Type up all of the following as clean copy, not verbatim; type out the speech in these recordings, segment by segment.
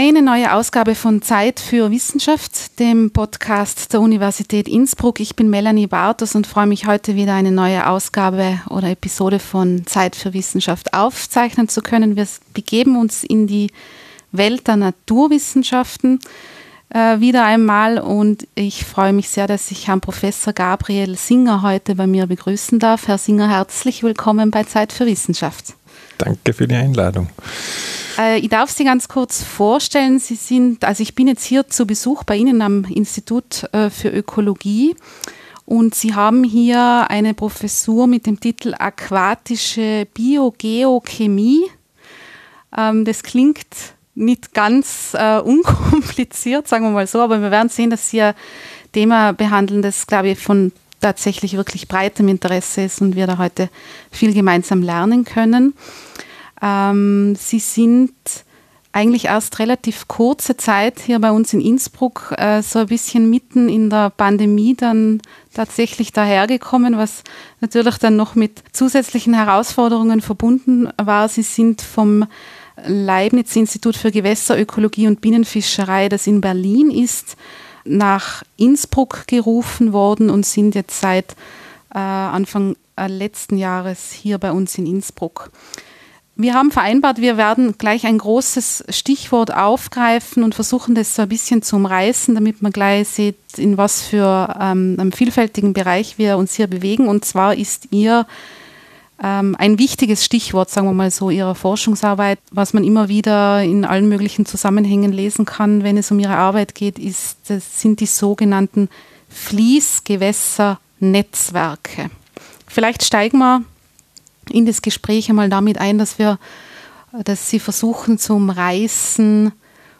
Eine neue Ausgabe von Zeit für Wissenschaft, dem Podcast der Universität Innsbruck. Ich bin Melanie Bartos und freue mich, heute wieder eine neue Ausgabe oder Episode von Zeit für Wissenschaft aufzeichnen zu können. Wir begeben uns in die Welt der Naturwissenschaften wieder einmal und ich freue mich sehr, dass ich Herrn Professor Gabriel Singer heute bei mir begrüßen darf. Herr Singer, herzlich willkommen bei Zeit für Wissenschaft. Danke für die Einladung. Ich darf Sie ganz kurz vorstellen. Ich bin jetzt hier zu Besuch bei Ihnen am Institut für Ökologie und Sie haben hier eine Professur mit dem Titel Aquatische Biogeochemie. Das klingt nicht ganz unkompliziert, sagen wir mal so, aber wir werden sehen, dass Sie ein Thema behandeln, das, glaube ich, von tatsächlich wirklich breitem Interesse ist und wir da heute viel gemeinsam lernen können. Sie sind eigentlich erst relativ kurze Zeit hier bei uns in Innsbruck, so ein bisschen mitten in der Pandemie dann tatsächlich dahergekommen, was natürlich dann noch mit zusätzlichen Herausforderungen verbunden war. Sie sind vom Leibniz-Institut für Gewässerökologie und Binnenfischerei, das in Berlin ist, nach Innsbruck gerufen worden und sind jetzt seit Anfang letzten Jahres hier bei uns in Innsbruck. Wir haben vereinbart, wir werden gleich ein großes Stichwort aufgreifen und versuchen, das so ein bisschen zu umreißen, damit man gleich sieht, in was für einem vielfältigen Bereich wir uns hier bewegen. Und zwar ist ein wichtiges Stichwort, sagen wir mal so, Ihrer Forschungsarbeit, was man immer wieder in allen möglichen Zusammenhängen lesen kann, wenn es um Ihre Arbeit geht, sind die sogenannten Fließgewässernetzwerke. Vielleicht steigen wir in das Gespräch einmal damit ein, dass Sie versuchen zu umreißen,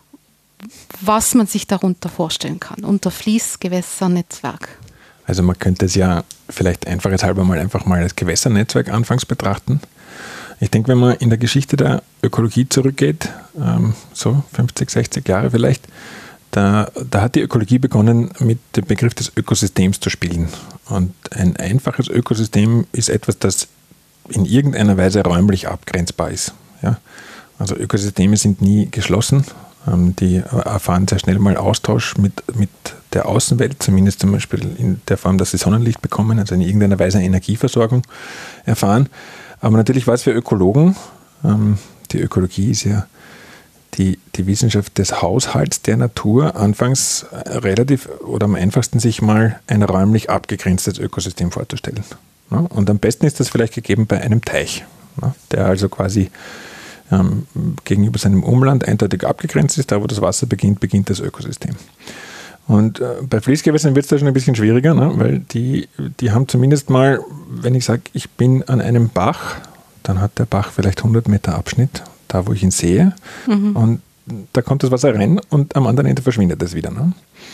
was man sich darunter vorstellen kann, unter Fließgewässernetzwerk. Also man könnte es ja vielleicht einfachheitshalber einfach mal als Gewässernetzwerk anfangs betrachten. Ich denke, wenn man in der Geschichte der Ökologie zurückgeht, so 50, 60 Jahre vielleicht, da hat die Ökologie begonnen, mit dem Begriff des Ökosystems zu spielen. Und ein einfaches Ökosystem ist etwas, das in irgendeiner Weise räumlich abgrenzbar ist. Ja? Also Ökosysteme sind nie geschlossen. Die erfahren sehr schnell mal Austausch mit der Außenwelt, zumindest zum Beispiel in der Form, dass sie Sonnenlicht bekommen, also in irgendeiner Weise Energieversorgung erfahren. Aber natürlich war es für Ökologen, die Ökologie ist ja die Wissenschaft des Haushalts der Natur, anfangs relativ oder am einfachsten sich mal ein räumlich abgegrenztes Ökosystem vorzustellen. Und am besten ist das vielleicht gegeben bei einem Teich, der also quasi gegenüber seinem Umland eindeutig abgegrenzt ist. Da, wo das Wasser beginnt das Ökosystem. Und bei Fließgewässern wird es da schon ein bisschen schwieriger, weil die haben zumindest mal, wenn ich sage, ich bin an einem Bach, dann hat der Bach vielleicht 100 Meter Abschnitt, da wo ich ihn sehe. Und da kommt das Wasser rein und am anderen Ende verschwindet es wieder.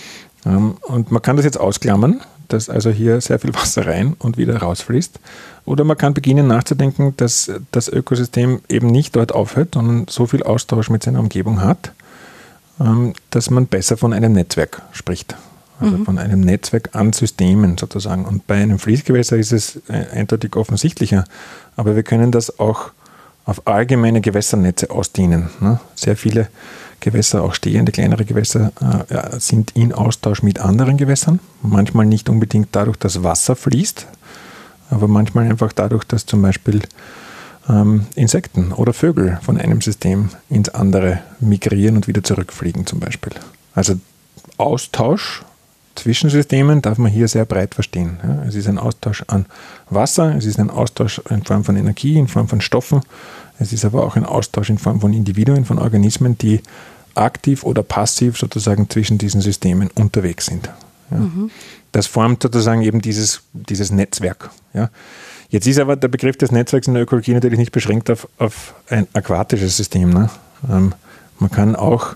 Und man kann das jetzt ausklammern, dass also hier sehr viel Wasser rein und wieder rausfließt. Oder man kann beginnen nachzudenken, dass das Ökosystem eben nicht dort aufhört, sondern so viel Austausch mit seiner Umgebung hat, dass man besser von einem Netzwerk spricht. Also von einem Netzwerk an Systemen sozusagen. Und bei einem Fließgewässer ist es eindeutig offensichtlicher. Aber wir können das auch auf allgemeine Gewässernetze ausdehnen. Sehr viele Gewässer, auch stehende kleinere Gewässer, sind in Austausch mit anderen Gewässern. Manchmal nicht unbedingt dadurch, dass Wasser fließt, aber manchmal einfach dadurch, dass zum Beispiel Insekten oder Vögel von einem System ins andere migrieren und wieder zurückfliegen zum Beispiel. Also Austausch zwischen Systemen darf man hier sehr breit verstehen. Es ist ein Austausch an Wasser, es ist ein Austausch in Form von Energie, in Form von Stoffen. Es ist aber auch ein Austausch in Form von Individuen, von Organismen, die aktiv oder passiv sozusagen zwischen diesen Systemen unterwegs sind. Ja. Das formt sozusagen eben dieses Netzwerk. Ja. Jetzt ist aber der Begriff des Netzwerks in der Ökologie natürlich nicht beschränkt auf ein aquatisches System. Man kann auch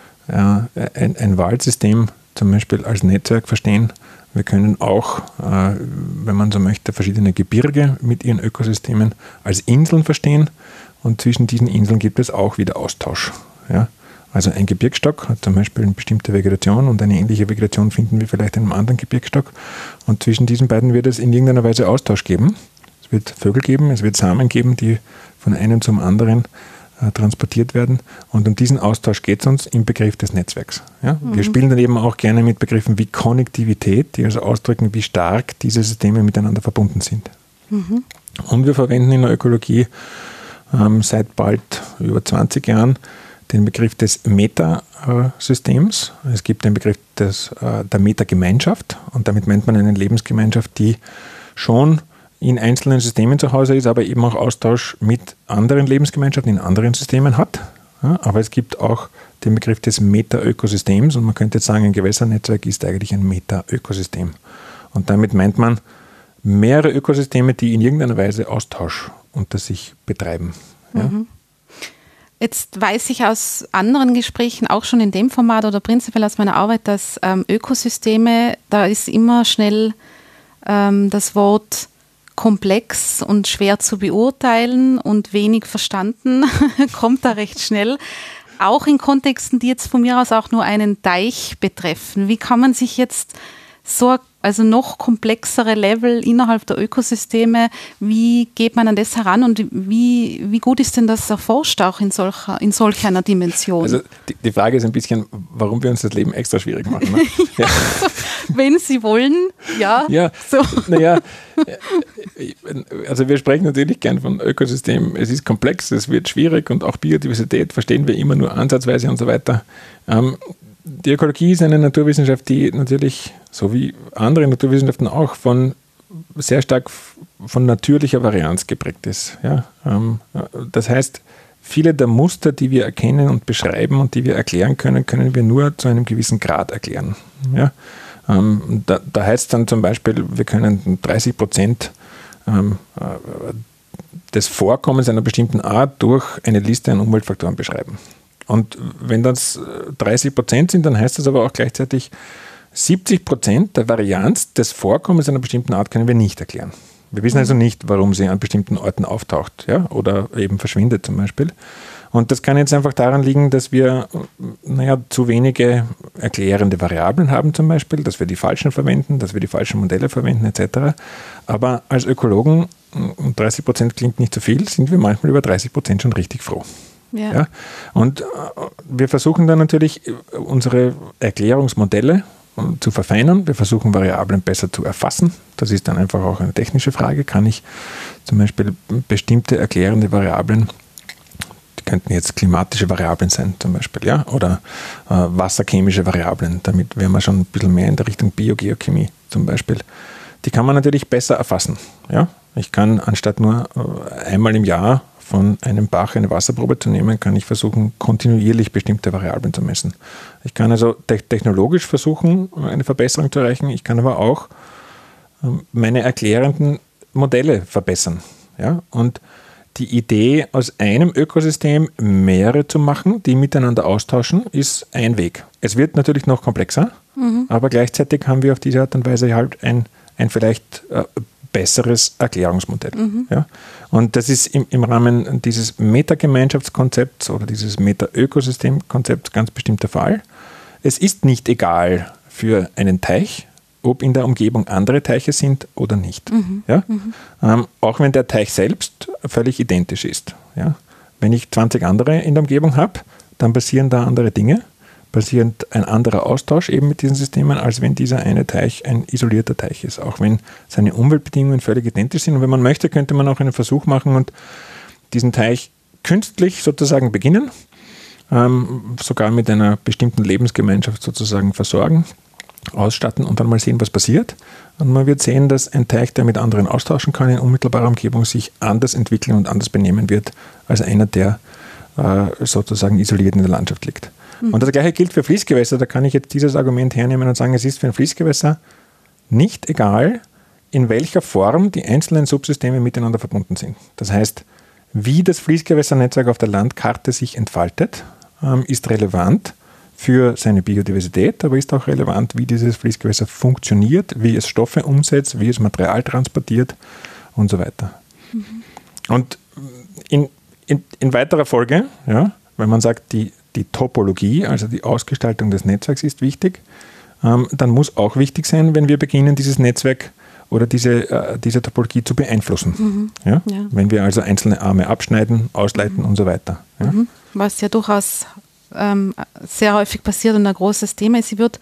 ein Waldsystem zum Beispiel als Netzwerk verstehen. Wir können auch, wenn man so möchte, verschiedene Gebirge mit ihren Ökosystemen als Inseln verstehen. Und zwischen diesen Inseln gibt es auch wieder Austausch. Ja? Also ein Gebirgsstock hat zum Beispiel eine bestimmte Vegetation und eine ähnliche Vegetation finden wir vielleicht in einem anderen Gebirgsstock. Und zwischen diesen beiden wird es in irgendeiner Weise Austausch geben. Es wird Vögel geben, es wird Samen geben, die von einem zum anderen transportiert werden. Und um diesen Austausch geht es uns im Begriff des Netzwerks. Ja? Wir spielen dann eben auch gerne mit Begriffen wie Konnektivität, die also ausdrücken, wie stark diese Systeme miteinander verbunden sind. Und wir verwenden in der Ökologie seit bald über 20 Jahren den Begriff des Metasystems. Es gibt den Begriff der Metagemeinschaft und damit meint man eine Lebensgemeinschaft, die schon in einzelnen Systemen zu Hause ist, aber eben auch Austausch mit anderen Lebensgemeinschaften in anderen Systemen hat. Ja, aber es gibt auch den Begriff des Meta-Ökosystems und man könnte jetzt sagen, ein Gewässernetzwerk ist eigentlich ein Meta-Ökosystem. Und damit meint man mehrere Ökosysteme, die in irgendeiner Weise Austausch unter sich betreiben. Ja. Jetzt weiß ich aus anderen Gesprächen, auch schon in dem Format oder prinzipiell aus meiner Arbeit, dass Ökosysteme, da ist immer schnell das Wort komplex und schwer zu beurteilen und wenig verstanden, kommt da recht schnell. Auch in Kontexten, die jetzt von mir aus auch nur einen Teich betreffen. Wie kann man sich jetzt also noch komplexere Level innerhalb der Ökosysteme, wie geht man an das heran und wie gut ist denn das erforscht auch in solch einer Dimension? Also die Frage ist ein bisschen, warum wir uns das Leben extra schwierig machen. Ne? Ja, wenn Sie wollen, ja. Ja, so. Naja, also wir sprechen natürlich gern von Ökosystemen. Es ist komplex, es wird schwierig und auch Biodiversität verstehen wir immer nur ansatzweise und so weiter. Die Ökologie ist eine Naturwissenschaft, die natürlich, so wie andere Naturwissenschaften auch, sehr stark von natürlicher Varianz geprägt ist. Ja? Das heißt, viele der Muster, die wir erkennen und beschreiben und die wir erklären können, können wir nur zu einem gewissen Grad erklären. Ja? Da heißt es dann zum Beispiel, wir können 30% des Vorkommens einer bestimmten Art durch eine Liste an Umweltfaktoren beschreiben. Und wenn das 30% sind, dann heißt das aber auch gleichzeitig, 70% der Varianz des Vorkommens einer bestimmten Art können wir nicht erklären. Wir wissen also nicht, warum sie an bestimmten Orten auftaucht, ja, oder eben verschwindet zum Beispiel. Und das kann jetzt einfach daran liegen, dass wir zu wenige erklärende Variablen haben zum Beispiel, dass wir die falschen verwenden, dass wir die falschen Modelle verwenden etc. Aber als Ökologen, 30% klingt nicht so viel, sind wir manchmal über 30% schon richtig froh. Ja. Ja? Und wir versuchen dann natürlich unsere Erklärungsmodelle zu verfeinern. Wir versuchen Variablen besser zu erfassen. Das ist dann einfach auch eine technische Frage. Kann ich zum Beispiel bestimmte erklärende Variablen, die könnten jetzt klimatische Variablen sein zum Beispiel, ja, oder wasserchemische Variablen, damit wären wir schon ein bisschen mehr in der Richtung Biogeochemie zum Beispiel. Die kann man natürlich besser erfassen. Ja? Ich kann anstatt nur einmal im Jahr von einem Bach eine Wasserprobe zu nehmen, kann ich versuchen, kontinuierlich bestimmte Variablen zu messen. Ich kann also technologisch versuchen, eine Verbesserung zu erreichen. Ich kann aber auch meine erklärenden Modelle verbessern. Ja? Und die Idee, aus einem Ökosystem mehrere zu machen, die miteinander austauschen, ist ein Weg. Es wird natürlich noch komplexer, aber gleichzeitig haben wir auf diese Art und Weise halt ein vielleicht besseres Erklärungsmodell. Ja? Und das ist im Rahmen dieses Metagemeinschaftskonzepts oder dieses Meta-Ökosystemkonzepts ganz bestimmt der Fall. Es ist nicht egal für einen Teich, ob in der Umgebung andere Teiche sind oder nicht. Ja? Auch wenn der Teich selbst völlig identisch ist. Ja? Wenn ich 20 andere in der Umgebung habe, dann passieren da andere Dinge, passiert ein anderer Austausch eben mit diesen Systemen, als wenn dieser eine Teich ein isolierter Teich ist, auch wenn seine Umweltbedingungen völlig identisch sind. Und wenn man möchte, könnte man auch einen Versuch machen und diesen Teich künstlich sozusagen beginnen, sogar mit einer bestimmten Lebensgemeinschaft sozusagen versorgen, ausstatten und dann mal sehen, was passiert. Und man wird sehen, dass ein Teich, der mit anderen austauschen kann, in unmittelbarer Umgebung sich anders entwickeln und anders benehmen wird, als einer, der sozusagen isoliert in der Landschaft liegt. Und das Gleiche gilt für Fließgewässer. Da kann ich jetzt dieses Argument hernehmen und sagen, es ist für ein Fließgewässer nicht egal, in welcher Form die einzelnen Subsysteme miteinander verbunden sind. Das heißt, wie das Fließgewässernetzwerk auf der Landkarte sich entfaltet, ist relevant für seine Biodiversität, aber ist auch relevant, wie dieses Fließgewässer funktioniert, wie es Stoffe umsetzt, wie es Material transportiert und so weiter. Und in weiterer Folge, ja, wenn man sagt, die Topologie, also die Ausgestaltung des Netzwerks ist wichtig, dann muss auch wichtig sein, wenn wir beginnen, dieses Netzwerk oder diese Topologie zu beeinflussen. Ja? Ja. Wenn wir also einzelne Arme abschneiden, ausleiten und so weiter. Ja? Was ja durchaus sehr häufig passiert und ein großes Thema ist. Ich würde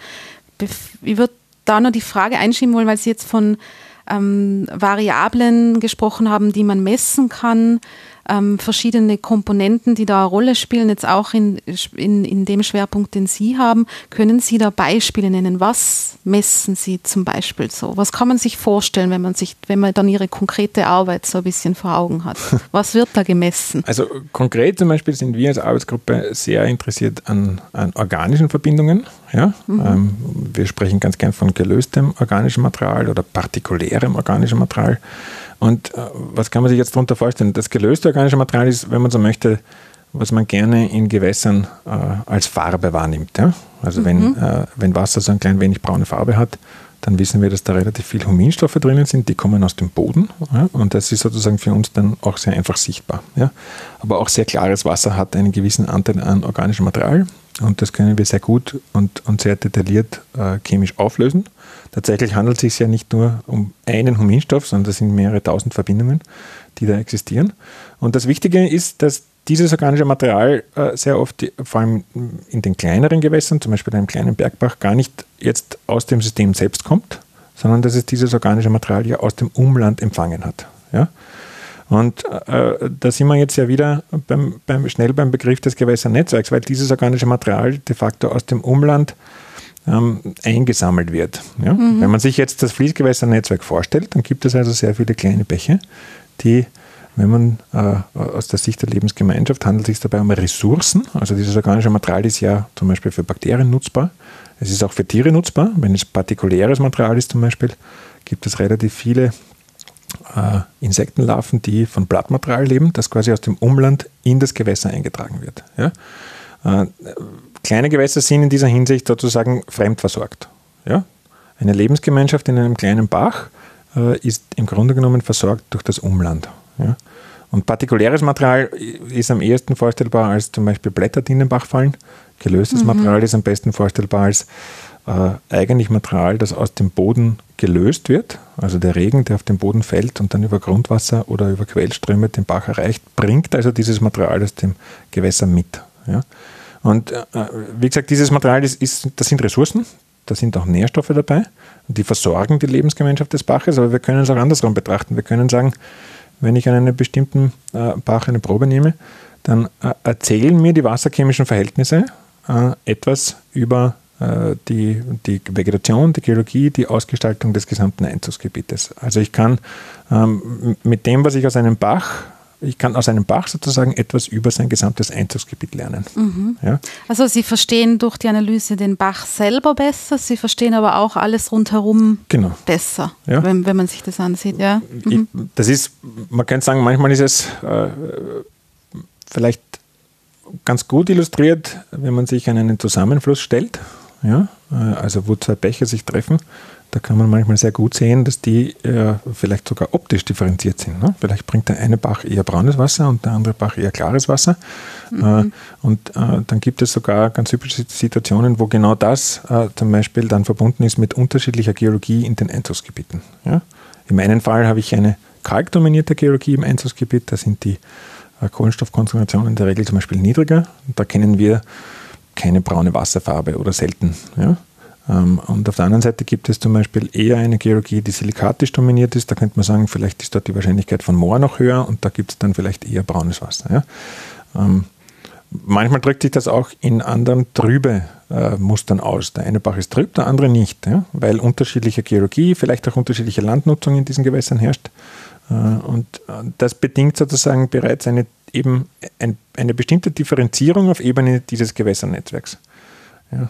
da noch die Frage einschieben wollen, weil Sie jetzt von Variablen gesprochen haben, die man messen kann, verschiedene Komponenten, die da eine Rolle spielen, jetzt auch in dem Schwerpunkt, den Sie haben. Können Sie da Beispiele nennen? Was messen Sie zum Beispiel so? Was kann man sich vorstellen, wenn man dann Ihre konkrete Arbeit so ein bisschen vor Augen hat? Was wird da gemessen? Also konkret zum Beispiel sind wir als Arbeitsgruppe sehr interessiert an organischen Verbindungen. Ja? Wir sprechen ganz gern von gelöstem organischem Material oder partikulärem organischem Material. Und was kann man sich jetzt darunter vorstellen? Das gelöste organische Material ist, wenn man so möchte, was man gerne in Gewässern als Farbe wahrnimmt. Ja? Also wenn Wasser so ein klein wenig braune Farbe hat, dann wissen wir, dass da relativ viel Huminstoffe drinnen sind, die kommen aus dem Boden. Ja? Und das ist sozusagen für uns dann auch sehr einfach sichtbar. Ja? Aber auch sehr klares Wasser hat einen gewissen Anteil an organischem Material. Und das können wir sehr gut und sehr detailliert chemisch auflösen. Tatsächlich handelt es sich ja nicht nur um einen Huminstoff, sondern das sind mehrere tausend Verbindungen, die da existieren. Und das Wichtige ist, dass dieses organische Material sehr oft, vor allem in den kleineren Gewässern, zum Beispiel in einem kleinen Bergbach, gar nicht jetzt aus dem System selbst kommt, sondern dass es dieses organische Material ja aus dem Umland empfangen hat. Ja? Und da sind wir jetzt ja wieder schnell beim Begriff des Gewässernetzwerks, weil dieses organische Material de facto aus dem Umland eingesammelt wird. Ja? Wenn man sich jetzt das Fließgewässernetzwerk vorstellt, dann gibt es also sehr viele kleine Bäche, die, wenn man aus der Sicht der Lebensgemeinschaft, handelt es sich dabei um Ressourcen. Also dieses organische Material ist ja zum Beispiel für Bakterien nutzbar. Es ist auch für Tiere nutzbar. Wenn es partikuläres Material ist zum Beispiel, gibt es relativ viele Insektenlarven, die von Blattmaterial leben, das quasi aus dem Umland in das Gewässer eingetragen wird. Ja? Kleine Gewässer sind in dieser Hinsicht sozusagen fremdversorgt. Ja? Eine Lebensgemeinschaft in einem kleinen Bach ist im Grunde genommen versorgt durch das Umland. Ja? Und partikuläres Material ist am ehesten vorstellbar als zum Beispiel Blätter, die in den Bach fallen. Gelöstes Material ist am besten vorstellbar als eigentlich Material, das aus dem Boden gelöst wird. Also der Regen, der auf den Boden fällt und dann über Grundwasser oder über Quellströme den Bach erreicht, bringt also dieses Material aus dem Gewässer mit. Ja? Und wie gesagt, dieses Material, das sind Ressourcen, da sind auch Nährstoffe dabei, die versorgen die Lebensgemeinschaft des Baches, aber wir können es auch andersrum betrachten. Wir können sagen, wenn ich an einem bestimmten Bach eine Probe nehme, dann erzählen mir die wasserchemischen Verhältnisse etwas über die Vegetation, die Geologie, die Ausgestaltung des gesamten Einzugsgebietes. Also ich kann mit dem, was ich aus einem Bach sozusagen etwas über sein gesamtes Einzugsgebiet lernen. Ja? Also Sie verstehen durch die Analyse den Bach selber besser, Sie verstehen aber auch alles rundherum besser, ja? wenn man sich das ansieht. Ja? Man könnte sagen, manchmal ist es vielleicht ganz gut illustriert, wenn man sich an einen Zusammenfluss stellt, ja? Also wo zwei Bäche sich treffen. Da kann man manchmal sehr gut sehen, dass die vielleicht sogar optisch differenziert sind. Ne? Vielleicht bringt der eine Bach eher braunes Wasser und der andere Bach eher klares Wasser. Und dann gibt es sogar ganz typische Situationen, wo genau das zum Beispiel dann verbunden ist mit unterschiedlicher Geologie in den Einzugsgebieten. Ja? Im einen Fall habe ich eine kalkdominierte Geologie im Einzugsgebiet. Da sind die Kohlenstoffkonzentrationen in der Regel zum Beispiel niedriger. Und da kennen wir keine braune Wasserfarbe oder selten. Ja? Und auf der anderen Seite gibt es zum Beispiel eher eine Geologie, die silikatisch dominiert ist. Da könnte man sagen, vielleicht ist dort die Wahrscheinlichkeit von Moor noch höher und da gibt es dann vielleicht eher braunes Wasser. Ja? Manchmal drückt sich das auch in anderen trübe Mustern aus. Der eine Bach ist trüb, der andere nicht, ja? Weil unterschiedliche Geologie, vielleicht auch unterschiedliche Landnutzung in diesen Gewässern herrscht. Und das bedingt sozusagen bereits eine bestimmte Differenzierung auf Ebene dieses Gewässernetzwerks. Ja.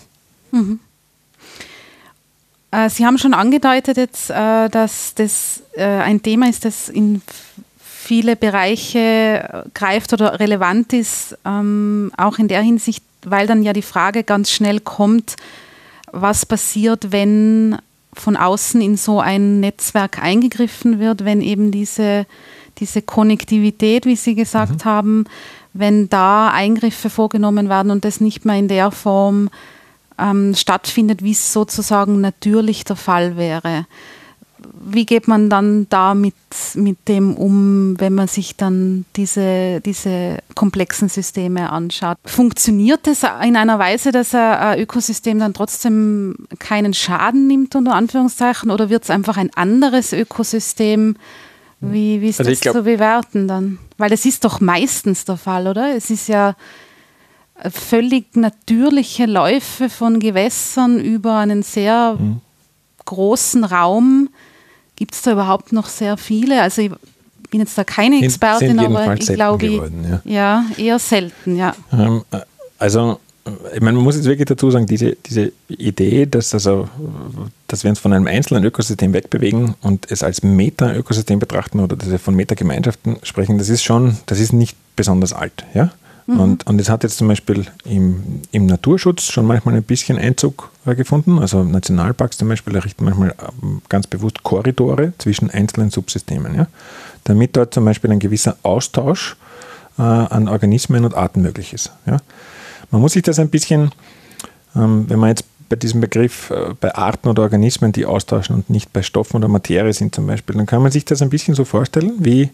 Sie haben schon angedeutet jetzt, dass das ein Thema ist, das in viele Bereiche greift oder relevant ist, auch in der Hinsicht, weil dann ja die Frage ganz schnell kommt, was passiert, wenn von außen in so ein Netzwerk eingegriffen wird, wenn eben diese Konnektivität, wie Sie gesagt haben, wenn da Eingriffe vorgenommen werden und das nicht mehr in der Form stattfindet, wie es sozusagen natürlich der Fall wäre. wie geht man dann da mit dem um, wenn man sich dann diese komplexen Systeme anschaut? Funktioniert es in einer Weise, dass ein Ökosystem dann trotzdem keinen Schaden nimmt, unter Anführungszeichen, oder wird es einfach ein anderes Ökosystem? Wie ist das zu bewerten dann? Weil das ist doch meistens der Fall, oder? Es ist ja völlig natürliche Läufe von Gewässern über einen sehr großen Raum. Gibt es da überhaupt noch sehr viele? Also ich bin jetzt da keine Expertin, aber ich glaube, ja, eher selten, ja. Also ich meine, man muss jetzt wirklich dazu sagen, diese Idee, dass wir uns von einem einzelnen Ökosystem wegbewegen und es als Meta-Ökosystem betrachten oder dass wir von Meta-Gemeinschaften sprechen, das ist nicht besonders alt, ja. Und es hat jetzt zum Beispiel im Naturschutz schon manchmal ein bisschen Einzug gefunden. Also Nationalparks zum Beispiel errichten manchmal ganz bewusst Korridore zwischen einzelnen Subsystemen, ja, damit dort zum Beispiel ein gewisser Austausch an Organismen und Arten möglich ist. Ja. Man muss sich das ein bisschen, wenn man jetzt bei diesem Begriff bei Arten oder Organismen, die austauschen und nicht bei Stoffen oder Materie sind zum Beispiel, dann kann man sich das ein bisschen so vorstellen wie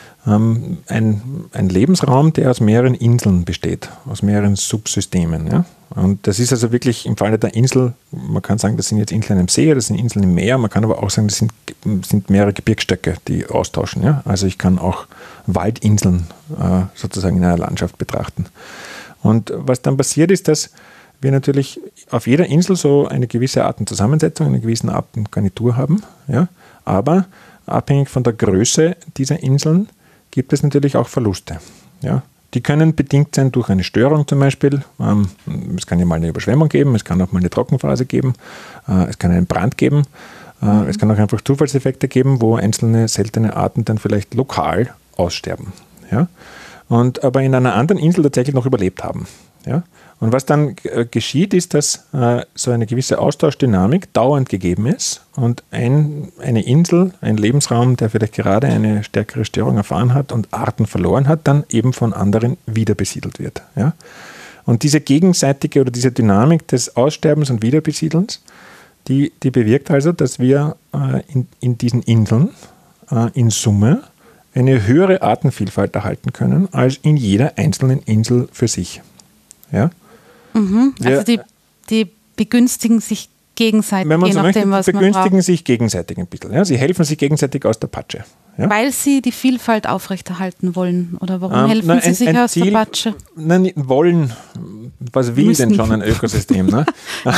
ein Lebensraum, der aus mehreren Inseln besteht, aus mehreren Subsystemen. Ja? Und das ist also wirklich im Falle der Insel, man kann sagen, das sind jetzt Inseln im See, das sind Inseln im Meer, man kann aber auch sagen, das sind mehrere Gebirgsstöcke, die austauschen. Ja? Also ich kann auch Waldinseln sozusagen in einer Landschaft betrachten. Und was dann passiert ist, dass wir natürlich auf jeder Insel so eine gewisse Artenzusammensetzung, eine gewisse Artengarnitur haben, ja? Aber abhängig von der Größe dieser Inseln gibt es natürlich auch Verluste. Ja? Die können bedingt sein durch eine Störung zum Beispiel. Es kann ja mal eine Überschwemmung geben, es kann auch mal eine Trockenphase geben, es kann einen Brand geben, es kann auch einfach Zufallseffekte geben, wo einzelne seltene Arten dann vielleicht lokal aussterben. Ja? Aber in einer anderen Insel tatsächlich noch überlebt haben. Ja? Und was dann geschieht, ist, dass so eine gewisse Austauschdynamik dauernd gegeben ist und eine Insel, ein Lebensraum, der vielleicht gerade eine stärkere Störung erfahren hat und Arten verloren hat, dann eben von anderen wieder besiedelt wird. Ja? Und diese gegenseitige oder diese Dynamik des Aussterbens und Wiederbesiedelns, die bewirkt also, dass wir in diesen Inseln in Summe eine höhere Artenvielfalt erhalten können als in jeder einzelnen Insel für sich. Ja? Also die begünstigen sich gegenseitig, wenn man so möchte, was begünstigen sich gegenseitig ein bisschen. Ja? Sie helfen sich gegenseitig aus der Patsche. Ja? Weil sie die Vielfalt aufrechterhalten wollen? Oder warum helfen sie sich aus der Patsche? Nein, wollen, was will denn schon ein Ökosystem? Ne?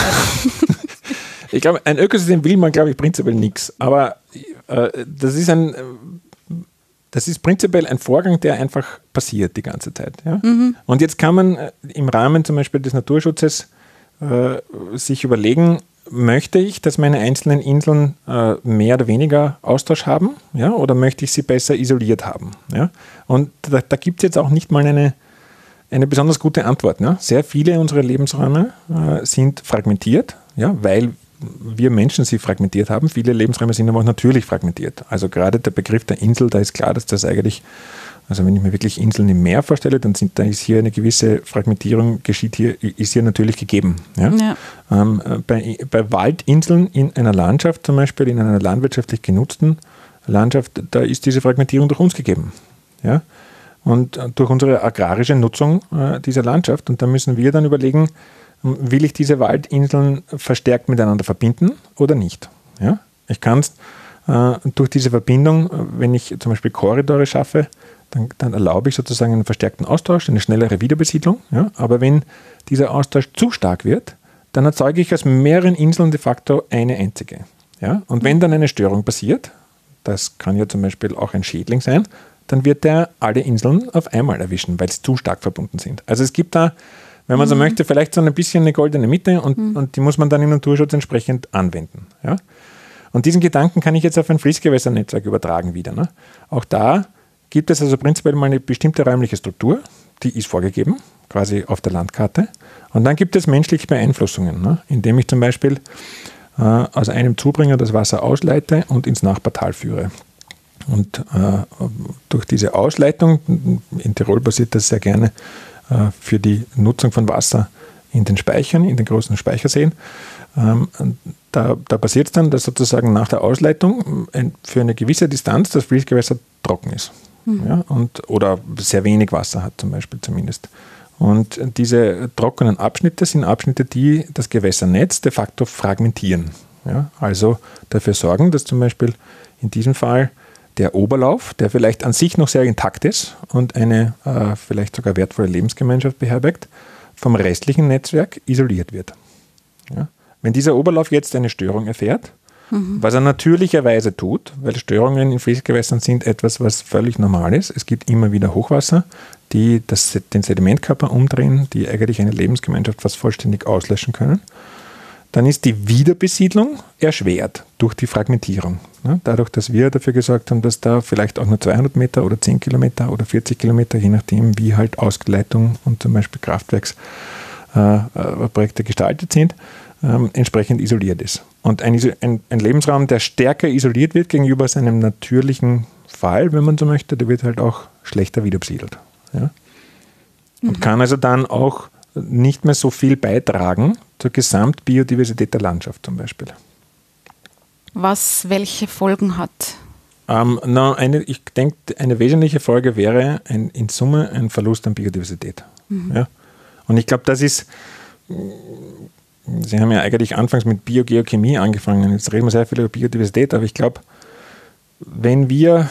Ich glaube, ein Ökosystem will man, glaube ich, prinzipiell nichts. Aber das ist prinzipiell ein Vorgang, der einfach passiert die ganze Zeit. Ja? Und jetzt kann man im Rahmen zum Beispiel des Naturschutzes sich überlegen, möchte ich, dass meine einzelnen Inseln mehr oder weniger Austausch haben, ja? Oder möchte ich sie besser isoliert haben? Ja? Und da gibt es jetzt auch nicht mal eine besonders gute Antwort. Ne? Sehr viele unserer Lebensräume sind fragmentiert, ja? Weil wir Menschen sie fragmentiert haben. Viele Lebensräume sind aber auch natürlich fragmentiert. Also gerade der Begriff der Insel, da ist klar, dass das eigentlich, also wenn ich mir wirklich Inseln im Meer vorstelle, dann ist hier eine gewisse Fragmentierung, ist hier natürlich gegeben. Ja? Ja. Bei Waldinseln in einer Landschaft zum Beispiel, in einer landwirtschaftlich genutzten Landschaft, da ist diese Fragmentierung durch uns gegeben. Ja? Und durch unsere agrarische Nutzung dieser Landschaft. Und da müssen wir dann überlegen, will ich diese Waldinseln verstärkt miteinander verbinden oder nicht? Ja? Ich kann es durch diese Verbindung, wenn ich zum Beispiel Korridore schaffe, dann erlaube ich sozusagen einen verstärkten Austausch, eine schnellere Wiederbesiedlung. Ja? Aber wenn dieser Austausch zu stark wird, dann erzeuge ich aus mehreren Inseln de facto eine einzige. Ja? Und wenn dann eine Störung passiert, das kann ja zum Beispiel auch ein Schädling sein, dann wird der alle Inseln auf einmal erwischen, weil sie zu stark verbunden sind. Also es gibt da, wenn man so möchte, vielleicht so ein bisschen eine goldene Mitte und die muss man dann im Naturschutz entsprechend anwenden. Ja? Und diesen Gedanken kann ich jetzt auf ein Fließgewässernetzwerk übertragen wieder. Ne? Auch da gibt es also prinzipiell mal eine bestimmte räumliche Struktur, die ist vorgegeben, quasi auf der Landkarte. Und dann gibt es menschliche Beeinflussungen, ne? Indem ich zum Beispiel aus einem Zubringer das Wasser ausleite und ins Nachbartal führe. Und durch diese Ausleitung, in Tirol passiert das sehr gerne, für die Nutzung von Wasser in den Speichern, in den großen Speicherseen. da passiert es dann, dass sozusagen nach der Ausleitung für eine gewisse Distanz das Fließgewässer trocken ist. Ja, oder sehr wenig Wasser hat zum Beispiel zumindest. Und diese trockenen Abschnitte sind Abschnitte, die das Gewässernetz de facto fragmentieren. Ja, also dafür sorgen, dass zum Beispiel in diesem Fall der Oberlauf, der vielleicht an sich noch sehr intakt ist und eine vielleicht sogar wertvolle Lebensgemeinschaft beherbergt, vom restlichen Netzwerk isoliert wird. Ja. Wenn dieser Oberlauf jetzt eine Störung erfährt, was er natürlicherweise tut, weil Störungen in Fließgewässern sind etwas, was völlig normal ist. Es gibt immer wieder Hochwasser, die den Sedimentkörper umdrehen, die eigentlich eine Lebensgemeinschaft fast vollständig auslöschen können. Dann ist die Wiederbesiedlung erschwert durch die Fragmentierung. Ja, dadurch, dass wir dafür gesorgt haben, dass da vielleicht auch nur 200 Meter oder 10 Kilometer oder 40 Kilometer, je nachdem, wie halt Ausleitung und zum Beispiel Kraftwerksprojekte gestaltet sind, entsprechend isoliert ist. Und ein Lebensraum, der stärker isoliert wird gegenüber seinem natürlichen Fall, wenn man so möchte, der wird halt auch schlechter wiederbesiedelt. Ja? Und kann also dann auch nicht mehr so viel beitragen zur Gesamtbiodiversität der Landschaft zum Beispiel. Was welche Folgen hat? Ich denke, eine wesentliche Folge wäre in Summe ein Verlust an Biodiversität. Ja? Und ich glaube, das ist... Sie haben ja eigentlich anfangs mit Biogeochemie angefangen. Jetzt reden wir sehr viel über Biodiversität, aber ich glaube, wenn wir,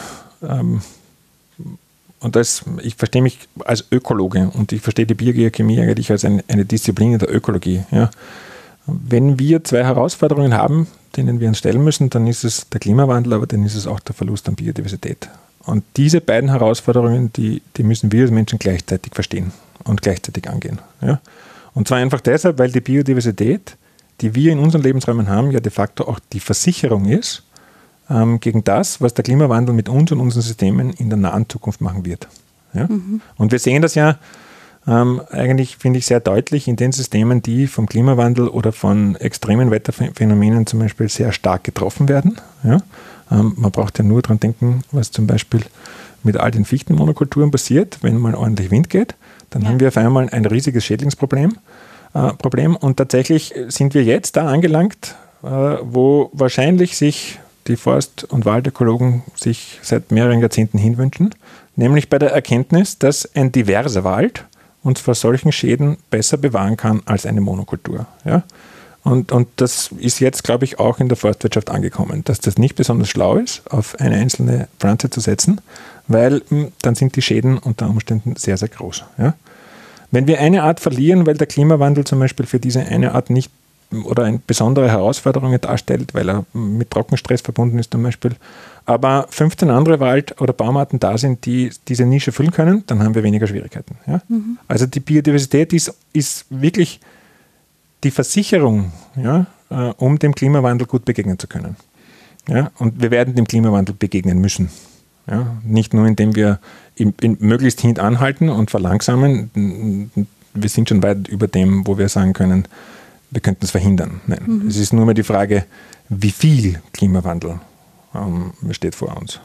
ich verstehe mich als Ökologe und ich verstehe die Biogeochemie eigentlich als eine Disziplin der Ökologie. Ja. Wenn wir zwei Herausforderungen haben, denen wir uns stellen müssen, dann ist es der Klimawandel, aber dann ist es auch der Verlust an Biodiversität. Und diese beiden Herausforderungen, die müssen wir als Menschen gleichzeitig verstehen und gleichzeitig angehen. Ja. Und zwar einfach deshalb, weil die Biodiversität, die wir in unseren Lebensräumen haben, ja de facto auch die Versicherung ist gegen das, was der Klimawandel mit uns und unseren Systemen in der nahen Zukunft machen wird. Ja? Und wir sehen das ja eigentlich, finde ich, sehr deutlich in den Systemen, die vom Klimawandel oder von extremen Wetterphänomenen zum Beispiel sehr stark getroffen werden. Ja? Man braucht ja nur daran denken, was zum Beispiel mit all den Fichtenmonokulturen passiert, wenn mal ordentlich Wind geht. Dann haben wir auf einmal ein riesiges Schädlingsproblem. Und tatsächlich sind wir jetzt da angelangt, wo wahrscheinlich sich die Forst- und Waldökologen sich seit mehreren Jahrzehnten hinwünschen, nämlich bei der Erkenntnis, dass ein diverser Wald uns vor solchen Schäden besser bewahren kann als eine Monokultur. Ja? Und das ist jetzt, glaube ich, auch in der Forstwirtschaft angekommen, dass das nicht besonders schlau ist, auf eine einzelne Pflanze zu setzen, weil dann sind die Schäden unter Umständen sehr, sehr groß. Ja? Wenn wir eine Art verlieren, weil der Klimawandel zum Beispiel für diese eine Art nicht oder eine besondere Herausforderung darstellt, weil er mit Trockenstress verbunden ist zum Beispiel, aber 15 andere Wald- oder Baumarten da sind, die diese Nische füllen können, dann haben wir weniger Schwierigkeiten. Ja? Also die Biodiversität ist wirklich die Versicherung, ja, um dem Klimawandel gut begegnen zu können. Ja? Und wir werden dem Klimawandel begegnen müssen. Ja? Nicht nur, indem wir möglichst anhalten und verlangsamen. Wir sind schon weit über dem, wo wir sagen können, wir könnten es verhindern. Nein, es ist nur mehr die Frage, wie viel Klimawandel steht vor uns.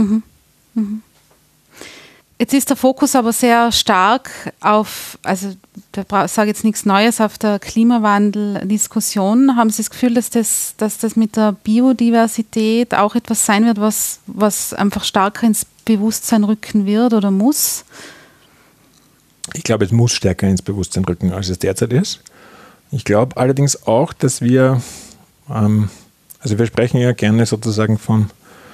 Jetzt ist der Fokus aber sehr stark auf, also da sage ich jetzt nichts Neues, auf der Klimawandel-Diskussion. Haben Sie das Gefühl, dass das mit der Biodiversität auch etwas sein wird, was einfach stärker ins Bewusstsein rücken wird oder muss? Ich glaube, es muss stärker ins Bewusstsein rücken, als es derzeit ist. Ich glaube allerdings auch, dass wir sprechen ja gerne sozusagen vom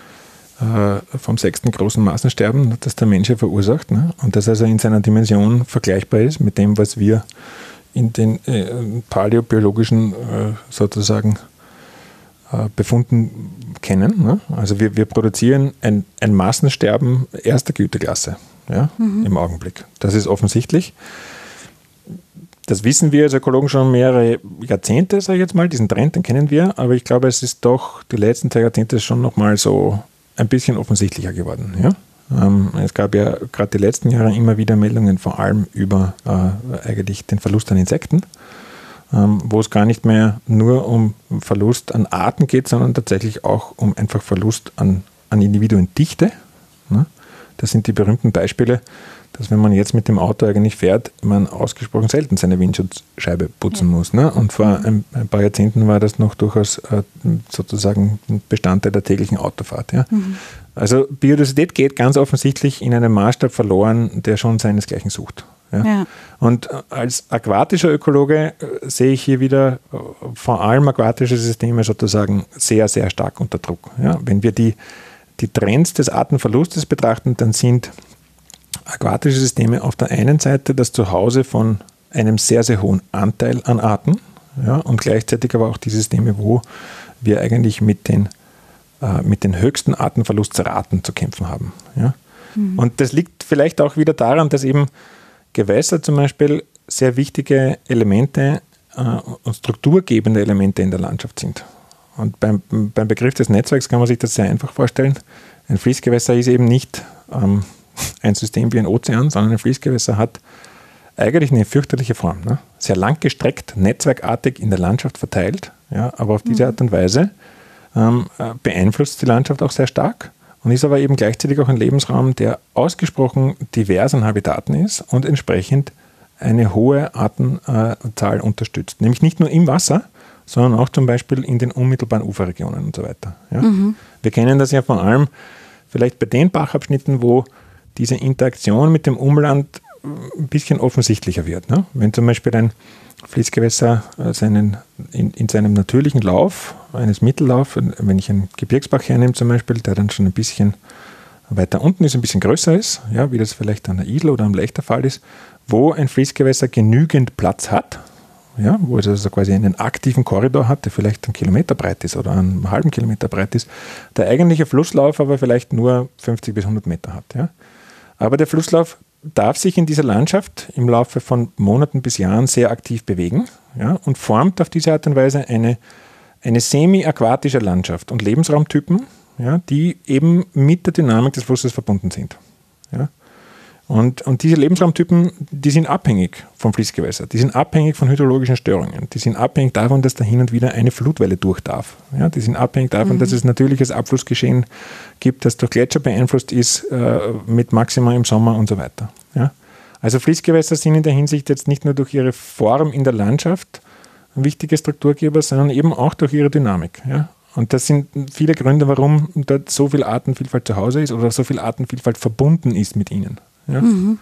6. großen Massensterben, das der Mensch verursacht, ne? Und das also in seiner Dimension vergleichbar ist mit dem, was wir in den paläobiologischen sozusagen Befunden kennen. Ne? Also wir produzieren ein Massensterben erster Güteklasse, ja, im Augenblick. Das ist offensichtlich. Das wissen wir als Ökologen schon mehrere Jahrzehnte, sage ich jetzt mal. Diesen Trend, den kennen wir. Aber ich glaube, es ist doch die letzten 2 Jahrzehnte schon nochmal so ein bisschen offensichtlicher geworden. Ja? Es gab ja gerade die letzten Jahre immer wieder Meldungen, vor allem über eigentlich den Verlust an Insekten, wo es gar nicht mehr nur um Verlust an Arten geht, sondern tatsächlich auch um einfach Verlust an Individuendichte. Ne? Das sind die berühmten Beispiele, dass wenn man jetzt mit dem Auto eigentlich fährt, man ausgesprochen selten seine Windschutzscheibe putzen muss. Ne? Und vor ein paar Jahrzehnten war das noch durchaus sozusagen Bestandteil der täglichen Autofahrt. Ja? Also Biodiversität geht ganz offensichtlich in einem Maßstab verloren, der schon seinesgleichen sucht. Ja? Und als aquatischer Ökologe sehe ich hier wieder vor allem aquatische Systeme sozusagen sehr, sehr stark unter Druck. Ja? Wenn wir die Trends des Artenverlustes betrachten, dann sind aquatische Systeme auf der einen Seite das Zuhause von einem sehr, sehr hohen Anteil an Arten, ja, und gleichzeitig aber auch die Systeme, wo wir eigentlich mit den höchsten Artenverlustraten zu kämpfen haben. Ja. Und das liegt vielleicht auch wieder daran, dass eben Gewässer zum Beispiel sehr wichtige Elemente und strukturgebende Elemente in der Landschaft sind. Und beim Begriff des Netzwerks kann man sich das sehr einfach vorstellen. Ein Fließgewässer ist eben nicht ein System wie ein Ozean, sondern ein Fließgewässer hat eigentlich eine fürchterliche Form. Ne? Sehr lang gestreckt, netzwerkartig in der Landschaft verteilt, ja, aber auf diese Art und Weise beeinflusst die Landschaft auch sehr stark und ist aber eben gleichzeitig auch ein Lebensraum, der ausgesprochen divers an Habitaten ist und entsprechend eine hohe Artenzahl unterstützt. Nämlich nicht nur im Wasser, sondern auch zum Beispiel in den unmittelbaren Uferregionen und so weiter. Ja? Wir kennen das ja vor allem vielleicht bei den Bachabschnitten, wo diese Interaktion mit dem Umland ein bisschen offensichtlicher wird. Ne? Wenn zum Beispiel ein Fließgewässer in seinem natürlichen Lauf, eines Mittellauf, wenn ich einen Gebirgsbach hernehme zum Beispiel, der dann schon ein bisschen weiter unten ist, ein bisschen größer ist, ja, wie das vielleicht an der Isel oder am Lech der Fall ist, wo ein Fließgewässer genügend Platz hat, ja, wo es also quasi einen aktiven Korridor hat, der vielleicht 1 Kilometer breit ist oder einen halben Kilometer breit ist, der eigentliche Flusslauf aber vielleicht nur 50 bis 100 Meter hat. Ja. Aber der Flusslauf darf sich in dieser Landschaft im Laufe von Monaten bis Jahren sehr aktiv bewegen, ja, und formt auf diese Art und Weise eine semi-aquatische Landschaft und Lebensraumtypen, ja, die eben mit der Dynamik des Flusses verbunden sind. Ja. Und diese Lebensraumtypen, die sind abhängig vom Fließgewässer, die sind abhängig von hydrologischen Störungen, die sind abhängig davon, dass da hin und wieder eine Flutwelle durch darf. Ja, die sind abhängig davon, dass es natürliches Abflussgeschehen gibt, das durch Gletscher beeinflusst ist, mit Maxima im Sommer und so weiter. Ja. Also Fließgewässer sind in der Hinsicht jetzt nicht nur durch ihre Form in der Landschaft wichtige Strukturgeber, sondern eben auch durch ihre Dynamik. Ja. Und das sind viele Gründe, warum dort so viel Artenvielfalt zu Hause ist oder so viel Artenvielfalt verbunden ist mit ihnen. Ja.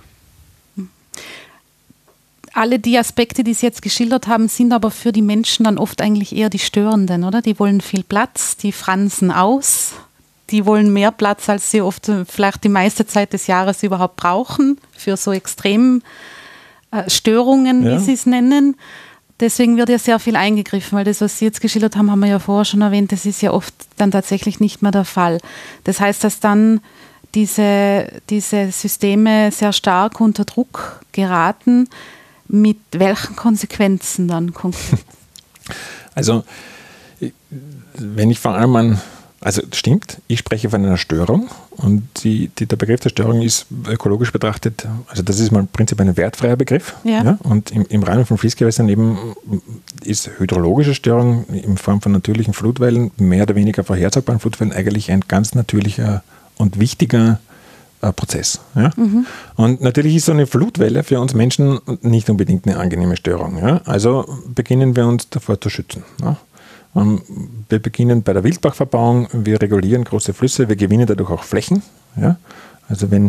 Alle die Aspekte, die Sie jetzt geschildert haben, sind aber für die Menschen dann oft eigentlich eher die störenden, oder? Die wollen viel Platz, die fransen aus, die wollen mehr Platz, als sie oft vielleicht die meiste Zeit des Jahres überhaupt brauchen, für so extrem Störungen, wie Sie es nennen. Deswegen wird ja sehr viel eingegriffen, weil das, was Sie jetzt geschildert haben, haben wir ja vorher schon erwähnt, das ist ja oft dann tatsächlich nicht mehr der Fall. Das heißt, dass dann diese Systeme sehr stark unter Druck geraten. Mit welchen Konsequenzen dann konkret? Also, wenn ich vor allem stimmt, ich spreche von einer Störung und der Begriff der Störung ist ökologisch betrachtet, also das ist mal im Prinzip ein wertfreier Begriff. Ja. Ja, und im Rahmen von Fließgewässern eben ist hydrologische Störung in Form von natürlichen Flutwellen, mehr oder weniger vorhersagbaren Flutwellen, eigentlich ein ganz natürlicher und wichtiger Prozess. Ja? Und natürlich ist so eine Flutwelle für uns Menschen nicht unbedingt eine angenehme Störung. Ja? Also beginnen wir uns davor zu schützen. Ja? Wir beginnen bei der Wildbachverbauung, wir regulieren große Flüsse, wir gewinnen dadurch auch Flächen. Ja? Also wenn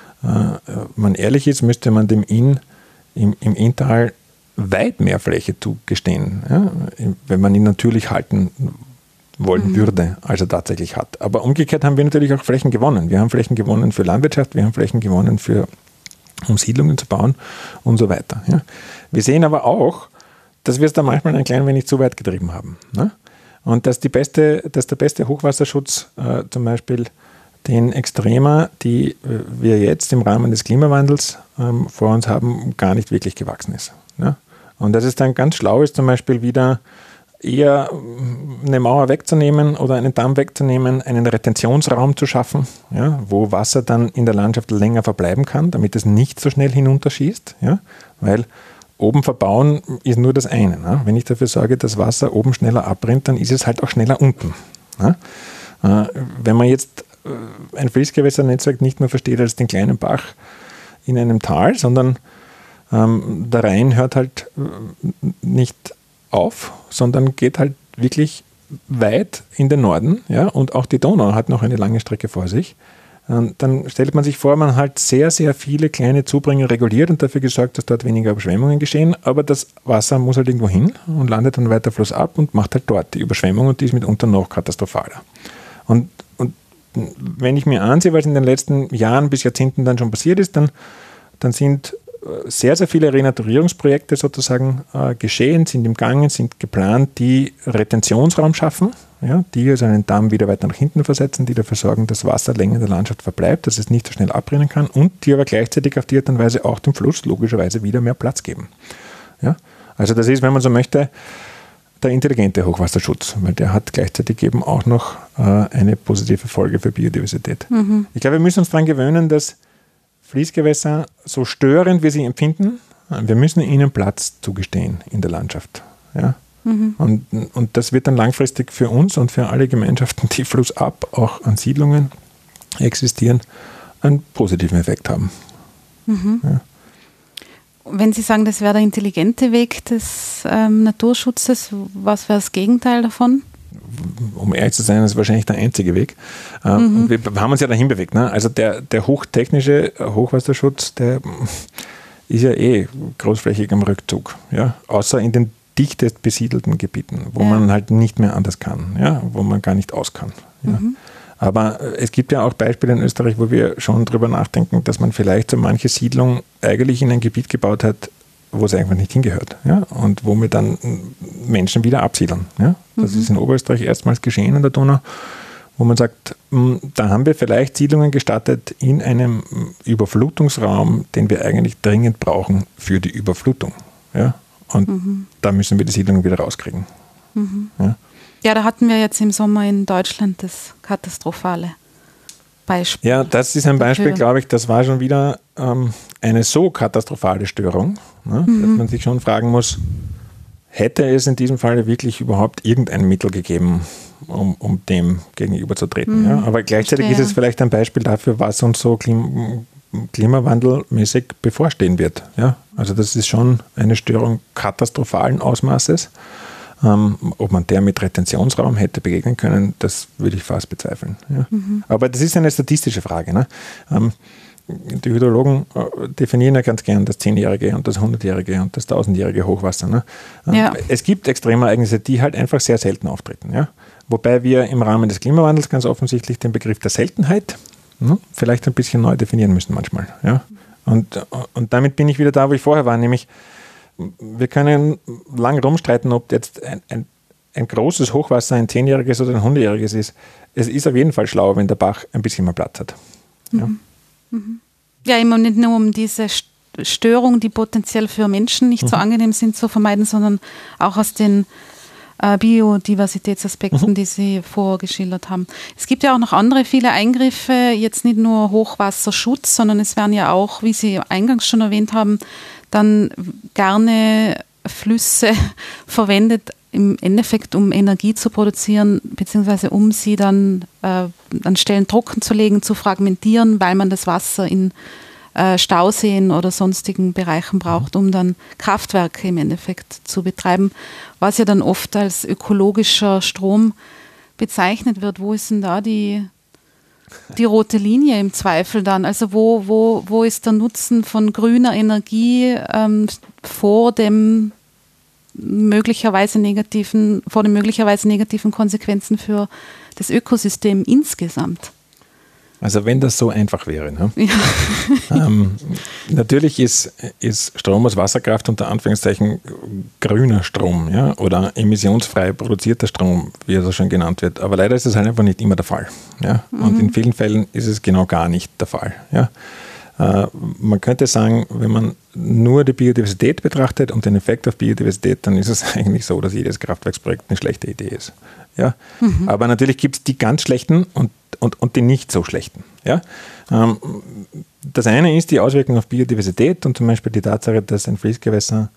man ehrlich ist, müsste man dem im Inntal weit mehr Fläche zugestehen, ja? Wenn man ihn natürlich halten wollen würde, als er tatsächlich hat. Aber umgekehrt haben wir natürlich auch Flächen gewonnen. Wir haben Flächen gewonnen für Landwirtschaft, wir haben Flächen gewonnen um Siedlungen zu bauen und so weiter. Ja. Wir sehen aber auch, dass wir es da manchmal ein klein wenig zu weit getrieben haben. Ne? Und dass der beste Hochwasserschutz zum Beispiel den Extremer, die wir jetzt im Rahmen des Klimawandels vor uns haben, gar nicht wirklich gewachsen ist. Ne? Und dass es dann ganz schlau ist, zum Beispiel wieder eher eine Mauer wegzunehmen oder einen Damm wegzunehmen, einen Retentionsraum zu schaffen, ja, wo Wasser dann in der Landschaft länger verbleiben kann, damit es nicht so schnell hinunterschießt, ja, weil oben verbauen ist nur das eine. Ne? Wenn ich dafür sorge, dass Wasser oben schneller abbrennt, dann ist es halt auch schneller unten. Ne? Wenn man jetzt ein Fließgewässernetzwerk nicht nur versteht als den kleinen Bach in einem Tal, sondern der Rhein hört halt nicht auf, sondern geht halt wirklich weit in den Norden, ja, und auch die Donau hat noch eine lange Strecke vor sich. Dann stellt man sich vor, man hat sehr, sehr viele kleine Zubringer reguliert und dafür gesorgt, dass dort weniger Überschwemmungen geschehen, aber das Wasser muss halt irgendwo hin und landet dann weiter flussab und macht halt dort die Überschwemmung und die ist mitunter noch katastrophaler. Und wenn ich mir ansehe, was in den letzten Jahren bis Jahrzehnten dann schon passiert ist, dann sind sehr, sehr viele Renaturierungsprojekte sozusagen geschehen, sind im Gange, sind geplant, die Retentionsraum schaffen, ja, die also einen Damm wieder weiter nach hinten versetzen, die dafür sorgen, dass Wasser länger in der Landschaft verbleibt, dass es nicht so schnell abrinnen kann und die aber gleichzeitig auf die Art und Weise auch dem Fluss logischerweise wieder mehr Platz geben. Ja? Also das ist, wenn man so möchte, der intelligente Hochwasserschutz, weil der hat gleichzeitig eben auch noch eine positive Folge für Biodiversität. Mhm. Ich glaube, wir müssen uns daran gewöhnen, dass Fließgewässer, so störend wir sie empfinden, wir müssen ihnen Platz zugestehen in der Landschaft. Ja? Mhm. Und das wird dann langfristig für uns und für alle Gemeinschaften, die flussab auch an Siedlungen existieren, einen positiven Effekt haben. Mhm. Ja. Wenn Sie sagen, das wäre der intelligente Weg des Naturschutzes, was wäre das Gegenteil davon? Um ehrlich zu sein, ist wahrscheinlich der einzige Weg. Und wir haben uns ja dahin bewegt. Ne? Also der hochtechnische Hochwasserschutz, der ist ja großflächig am Rückzug. Ja? Außer in den dichtest besiedelten Gebieten, wo man halt nicht mehr anders kann, ja? Wo man gar nicht aus kann. Ja? Aber es gibt ja auch Beispiele in Österreich, wo wir schon drüber nachdenken, dass man vielleicht so manche Siedlung eigentlich in ein Gebiet gebaut hat, wo es einfach nicht hingehört. Ja? Und wo wir dann Menschen wieder absiedeln. Ja? Das ist in Oberösterreich erstmals geschehen an der Donau, wo man sagt, da haben wir vielleicht Siedlungen gestartet in einem Überflutungsraum, den wir eigentlich dringend brauchen für die Überflutung. Ja? Und da müssen wir die Siedlungen wieder rauskriegen. Ja? Ja, da hatten wir jetzt im Sommer in Deutschland das katastrophale Beispiel. Ja, das ist ein Beispiel, glaube ich, das war schon wieder eine so katastrophale Störung, ne, dass man sich schon fragen muss, hätte es in diesem Fall wirklich überhaupt irgendein Mittel gegeben, um dem gegenüberzutreten. Ja? Aber gleichzeitig ist es vielleicht ein Beispiel dafür, was uns so klimawandelmäßig bevorstehen wird. Ja? Also das ist schon eine Störung katastrophalen Ausmaßes. Ob man der mit Retentionsraum hätte begegnen können, das würde ich fast bezweifeln. Ja. Aber das ist eine statistische Frage. Ne? Die Hydrologen definieren ja ganz gern das 10-jährige und das 100-jährige und das 1000-jährige Hochwasser. Ne? Ja. Es gibt Extremereignisse, die halt einfach sehr selten auftreten. Ja? Wobei wir im Rahmen des Klimawandels ganz offensichtlich den Begriff der Seltenheit vielleicht ein bisschen neu definieren müssen manchmal. Ja? Und damit bin ich wieder da, wo ich vorher war, nämlich wir können lang rumstreiten, ob jetzt ein großes Hochwasser ein 10-jähriges oder ein 100-jähriges ist. Es ist auf jeden Fall schlau, wenn der Bach ein bisschen mehr Platz hat. Ja, ja, immer nicht nur um diese Störungen, die potenziell für Menschen nicht so angenehm sind, zu vermeiden, sondern auch aus den Biodiversitätsaspekten, die Sie vorgeschildert haben. Es gibt ja auch noch andere viele Eingriffe, jetzt nicht nur Hochwasserschutz, sondern es werden ja auch, wie Sie eingangs schon erwähnt haben, dann gerne Flüsse verwendet, im Endeffekt um Energie zu produzieren, beziehungsweise um sie dann an Stellen trocken zu legen, zu fragmentieren, weil man das Wasser in Stauseen oder sonstigen Bereichen braucht, um dann Kraftwerke im Endeffekt zu betreiben, was ja dann oft als ökologischer Strom bezeichnet wird. Wo ist denn da die rote Linie im Zweifel dann? Also wo ist der Nutzen von grüner Energie vor den möglicherweise negativen Konsequenzen für das Ökosystem insgesamt? Also wenn das so einfach wäre. Ne? Ja. Natürlich ist Strom aus Wasserkraft unter Anführungszeichen grüner Strom, ja? Oder emissionsfrei produzierter Strom, wie er so schön genannt wird. Aber leider ist das halt einfach nicht immer der Fall. Ja? Und in vielen Fällen ist es genau gar nicht der Fall. Ja? Man könnte sagen, wenn man nur die Biodiversität betrachtet und den Effekt auf Biodiversität, dann ist es eigentlich so, dass jedes Kraftwerksprojekt eine schlechte Idee ist. Ja? Aber natürlich gibt es die ganz schlechten und die nicht so schlechten. Ja? Das eine ist die Auswirkung auf Biodiversität und zum Beispiel die Tatsache, dass ein Fließgewässer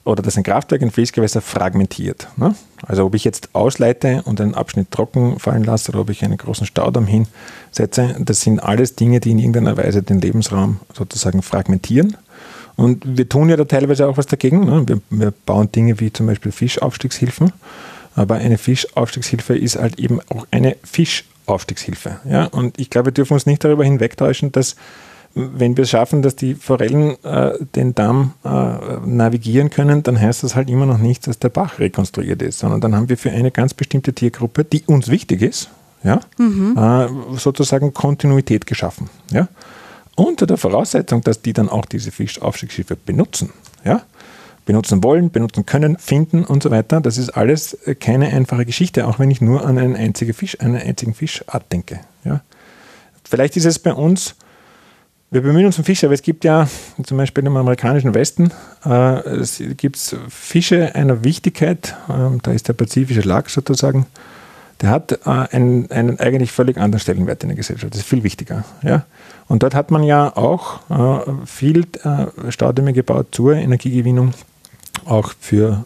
oder dass ein Kraftwerk ein Fließgewässer fragmentiert. Ne? Also ob ich jetzt ausleite und einen Abschnitt trocken fallen lasse oder ob ich einen großen Staudamm hinsetze, das sind alles Dinge, die in irgendeiner Weise den Lebensraum sozusagen fragmentieren. Und wir tun ja da teilweise auch was dagegen. Ne? Wir bauen Dinge wie zum Beispiel Fischaufstiegshilfen, aber eine Fischaufstiegshilfe ist halt eben auch eine Fischaufstiegshilfe. Ja? Und ich glaube, wir dürfen uns nicht darüber hinwegtäuschen, dass wenn wir es schaffen, dass die Forellen den Damm navigieren können, dann heißt das halt immer noch nicht, dass der Bach rekonstruiert ist, sondern dann haben wir für eine ganz bestimmte Tiergruppe, die uns wichtig ist, ja, sozusagen Kontinuität geschaffen. Ja? Unter der Voraussetzung, dass die dann auch diese Fischaufstiegshilfe benutzen. Ja? Benutzen wollen, benutzen können, finden und so weiter. Das ist alles keine einfache Geschichte, auch wenn ich nur an eine einzige Fischart denke. Ja? Vielleicht ist es bei uns, wir bemühen uns um Fische, aber es gibt ja zum Beispiel im amerikanischen Westen es gibt Fische einer Wichtigkeit, da ist der pazifische Lachs sozusagen, der hat einen eigentlich völlig anderen Stellenwert in der Gesellschaft, das ist viel wichtiger. Ja? Und dort hat man ja auch viel Staudämme gebaut zur Energiegewinnung, auch für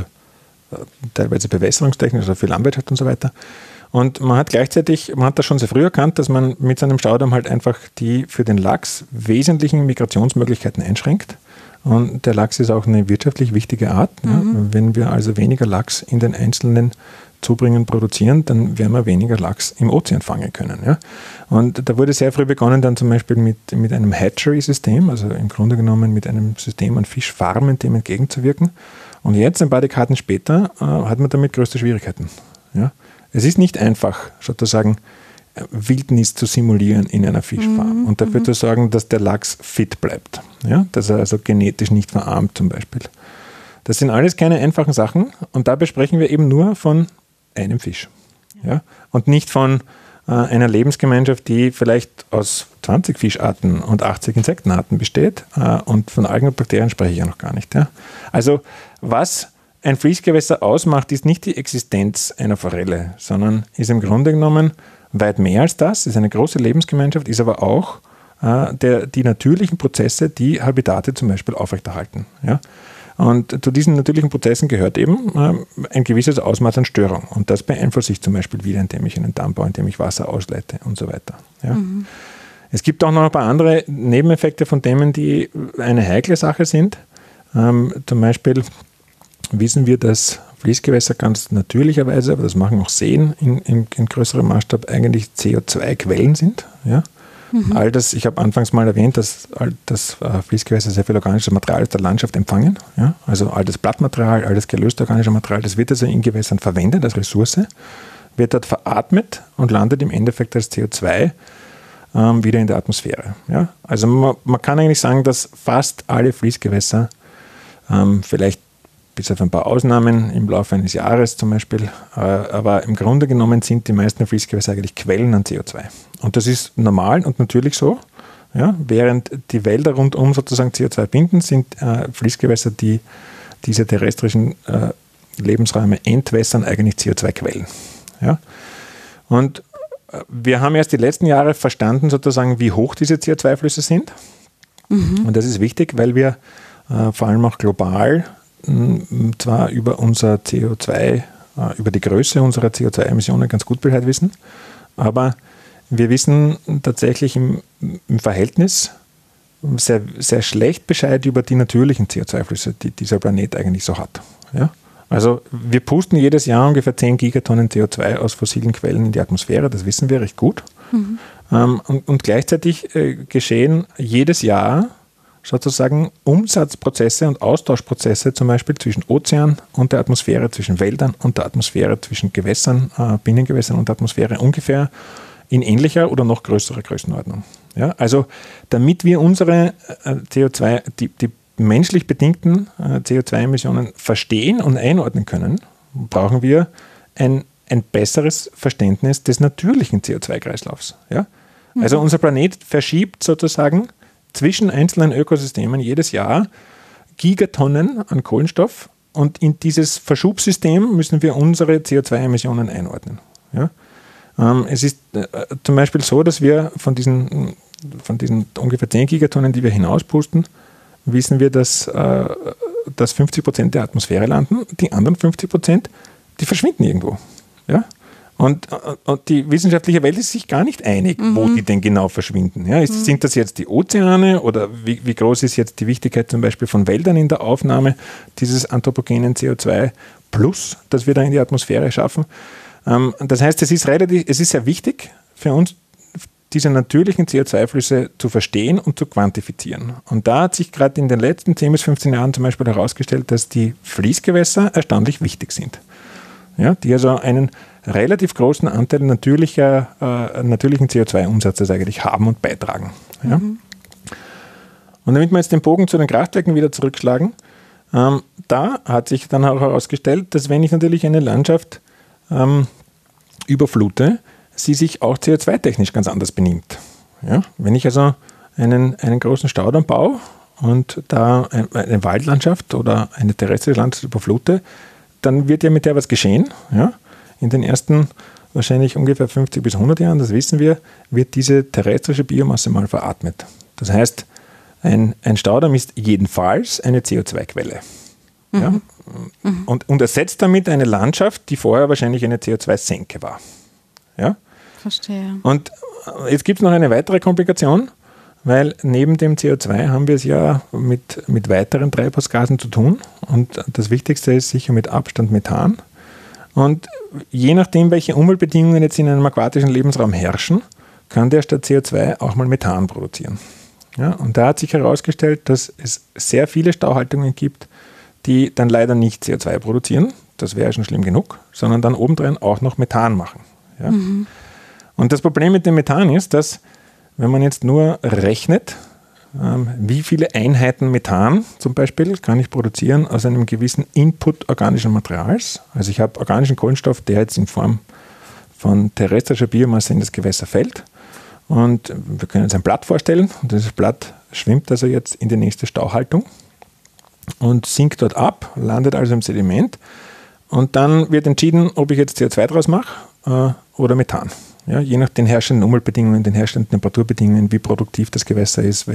teilweise Bewässerungstechnik, also für Landwirtschaft und so weiter. Und man hat das schon sehr früh erkannt, dass man mit seinem Staudamm halt einfach die für den Lachs wesentlichen Migrationsmöglichkeiten einschränkt. Und der Lachs ist auch eine wirtschaftlich wichtige Art. Ja. Wenn wir also weniger Lachs in den einzelnen Zubringen produzieren, dann werden wir weniger Lachs im Ozean fangen können. Ja. Und da wurde sehr früh begonnen dann zum Beispiel mit einem Hatchery-System, also im Grunde genommen mit einem System an Fischfarmen, dem entgegenzuwirken. Und jetzt, ein paar Dekaden später, hat man damit größte Schwierigkeiten. Ja. Es ist nicht einfach, sozusagen, Wildnis zu simulieren in einer Fischfarm und dafür zu sorgen, dass der Lachs fit bleibt. Ja? Dass er also genetisch nicht verarmt zum Beispiel. Das sind alles keine einfachen Sachen und dabei sprechen wir eben nur von einem Fisch. Ja? Und nicht von einer Lebensgemeinschaft, die vielleicht aus 20 Fischarten und 80 Insektenarten besteht und von Algen und Bakterien spreche ich ja noch gar nicht. Ja? Also was ein Fließgewässer ausmacht, ist nicht die Existenz einer Forelle, sondern ist im Grunde genommen weit mehr als das, ist eine große Lebensgemeinschaft, ist aber auch die natürlichen Prozesse, die Habitate zum Beispiel aufrechterhalten. Ja? Und zu diesen natürlichen Prozessen gehört eben ein gewisses Ausmaß an Störung. Und das beeinflusst sich zum Beispiel wieder, indem ich einen Damm baue, indem ich Wasser ausleite und so weiter. Ja? Es gibt auch noch ein paar andere Nebeneffekte von Dämmen, die eine heikle Sache sind. Zum Beispiel wissen wir, dass Fließgewässer ganz natürlicherweise, aber das machen auch Seen in größerem Maßstab, eigentlich CO2-Quellen sind. Ja? All das, ich habe anfangs mal erwähnt, dass Fließgewässer sehr viel organisches Material aus der Landschaft empfangen. Ja? Also all das Blattmaterial, all das gelöste organische Material, das wird also in Gewässern verwendet als Ressource, wird dort veratmet und landet im Endeffekt als CO2 wieder in der Atmosphäre. Ja? Also man kann eigentlich sagen, dass fast alle Fließgewässer vielleicht bis auf ein paar Ausnahmen im Laufe eines Jahres zum Beispiel. Aber im Grunde genommen sind die meisten Fließgewässer eigentlich Quellen an CO2. Und das ist normal und natürlich so. Ja? Während die Wälder rundum sozusagen CO2 binden, sind Fließgewässer, die diese terrestrischen Lebensräume entwässern, eigentlich CO2-Quellen. Ja? Und wir haben erst die letzten Jahre verstanden, sozusagen, wie hoch diese CO2-Flüsse sind. Und das ist wichtig, weil wir vor allem auch global zwar über unser CO2, über die Größe unserer CO2-Emissionen ganz gut Bescheid wissen, aber wir wissen tatsächlich im Verhältnis sehr, sehr schlecht Bescheid über die natürlichen CO2-Flüsse, die dieser Planet eigentlich so hat. Ja? Also wir pusten jedes Jahr ungefähr 10 Gigatonnen CO2 aus fossilen Quellen in die Atmosphäre, das wissen wir recht gut. Und gleichzeitig geschehen jedes Jahr sozusagen Umsatzprozesse und Austauschprozesse zum Beispiel zwischen Ozean und der Atmosphäre, zwischen Wäldern und der Atmosphäre, zwischen Gewässern, Binnengewässern und der Atmosphäre ungefähr in ähnlicher oder noch größerer Größenordnung. Ja, also damit wir unsere CO2, die menschlich bedingten CO2-Emissionen verstehen und einordnen können, brauchen wir ein besseres Verständnis des natürlichen CO2-Kreislaufs. Ja? Also unser Planet verschiebt sozusagen zwischen einzelnen Ökosystemen jedes Jahr Gigatonnen an Kohlenstoff und in dieses Verschubsystem müssen wir unsere CO2-Emissionen einordnen. Ja? Es ist zum Beispiel so, dass wir von diesen ungefähr 10 Gigatonnen, die wir hinauspusten, wissen wir, dass dass 50% der Atmosphäre landen, die anderen 50%, die verschwinden irgendwo. Ja? Und die wissenschaftliche Welt ist sich gar nicht einig, wo die denn genau verschwinden. Ja? Sind das jetzt die Ozeane oder wie groß ist jetzt die Wichtigkeit zum Beispiel von Wäldern in der Aufnahme dieses anthropogenen CO2 plus, das wir da in die Atmosphäre schaffen? Das heißt, es ist sehr wichtig für uns, diese natürlichen CO2-Flüsse zu verstehen und zu quantifizieren. Und da hat sich gerade in den letzten 10 bis 15 Jahren zum Beispiel herausgestellt, dass die Fließgewässer erstaunlich wichtig sind. Ja, die also einen relativ großen Anteil natürlichen CO2-Umsatzes eigentlich haben und beitragen. Ja? Und damit wir jetzt den Bogen zu den Kraftwerken wieder zurückschlagen, da hat sich dann auch herausgestellt, dass wenn ich natürlich eine Landschaft überflute, sie sich auch CO2-technisch ganz anders benimmt. Ja? Wenn ich also einen großen Staudamm baue und da eine Waldlandschaft oder eine terrestrische Landschaft überflute, dann wird ja mit der was geschehen. Ja? In den ersten wahrscheinlich ungefähr 50 bis 100 Jahren, das wissen wir, wird diese terrestrische Biomasse mal veratmet. Das heißt, ein Staudamm ist jedenfalls eine CO2-Quelle. Ja? Und ersetzt damit eine Landschaft, die vorher wahrscheinlich eine CO2-Senke war. Ja? Verstehe. Und jetzt gibt es noch eine weitere Komplikation, weil neben dem CO2 haben wir es ja mit weiteren Treibhausgasen zu tun. Und das Wichtigste ist sicher mit Abstand Methan. Und je nachdem, welche Umweltbedingungen jetzt in einem aquatischen Lebensraum herrschen, kann der statt CO2 auch mal Methan produzieren. Ja? Und da hat sich herausgestellt, dass es sehr viele Stauhaltungen gibt, die dann leider nicht CO2 produzieren, das wäre schon schlimm genug, sondern dann obendrein auch noch Methan machen. Ja? Und das Problem mit dem Methan ist, dass, wenn man jetzt nur rechnet, wie viele Einheiten Methan zum Beispiel kann ich produzieren aus einem gewissen Input organischen Materials. Also ich habe organischen Kohlenstoff, der jetzt in Form von terrestrischer Biomasse in das Gewässer fällt. Und wir können uns ein Blatt vorstellen. Und dieses Blatt schwimmt also jetzt in die nächste Stauhaltung und sinkt dort ab, landet also im Sediment. Und dann wird entschieden, ob ich jetzt CO2 draus mache oder Methan. Ja, je nach den herrschenden Umweltbedingungen, den herrschenden Temperaturbedingungen, wie produktiv das Gewässer ist,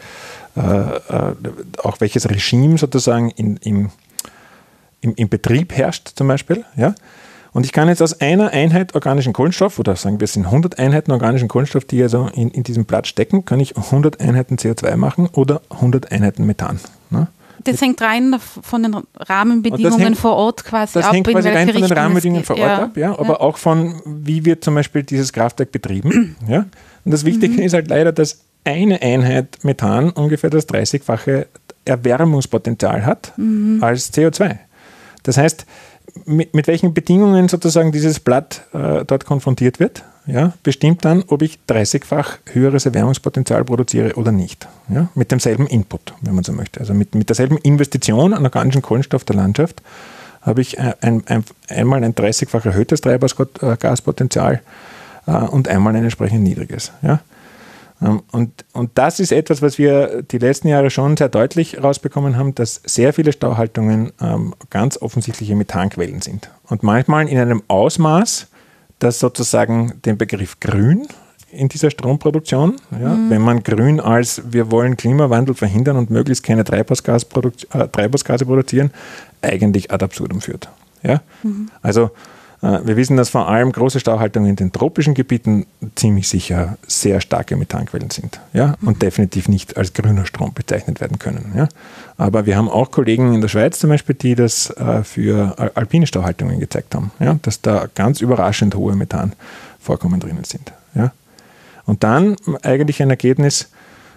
auch welches Regime sozusagen im Betrieb herrscht zum Beispiel. Ja? Und ich kann jetzt aus einer Einheit organischen Kohlenstoff, oder sagen wir, es sind 100 Einheiten organischen Kohlenstoff, die also in diesem Blatt stecken, kann ich 100 Einheiten CO2 machen oder 100 Einheiten Methan. Ne? Das hängt rein von den Rahmenbedingungen vor Ort quasi ab. Das hängt quasi rein von den Rahmenbedingungen vor Ort ab, aber auch von, wie wird zum Beispiel dieses Kraftwerk betrieben. Ja? Und das Wichtige ist halt leider, dass eine Einheit Methan ungefähr das 30-fache Erwärmungspotenzial hat als CO2. Das heißt, mit welchen Bedingungen sozusagen dieses Blatt dort konfrontiert wird, ja, bestimmt dann, ob ich 30-fach höheres Erwärmungspotenzial produziere oder nicht. Ja, mit demselben Input, wenn man so möchte. Also mit derselben Investition an organischen Kohlenstoff der Landschaft habe ich einmal ein 30-fach erhöhtes Treibhausgaspotenzial und einmal ein entsprechend niedriges. Ja. Und das ist etwas, was wir die letzten Jahre schon sehr deutlich rausbekommen haben, dass sehr viele Stauhaltungen ganz offensichtliche Methanquellen sind. Und manchmal in einem Ausmaß, das sozusagen den Begriff grün in dieser Stromproduktion, ja, wenn man grün als wir wollen Klimawandel verhindern und möglichst keine Treibhausgase produzieren, eigentlich ad absurdum führt. Ja? Also wir wissen, dass vor allem große Stauhaltungen in den tropischen Gebieten ziemlich sicher sehr starke Methanquellen sind, ja? Und definitiv nicht als grüner Strom bezeichnet werden können. Ja? Aber wir haben auch Kollegen in der Schweiz zum Beispiel, die das für alpine Stauhaltungen gezeigt haben, ja? Dass da ganz überraschend hohe Methanvorkommen drinnen sind. Ja? Und dann eigentlich ein Ergebnis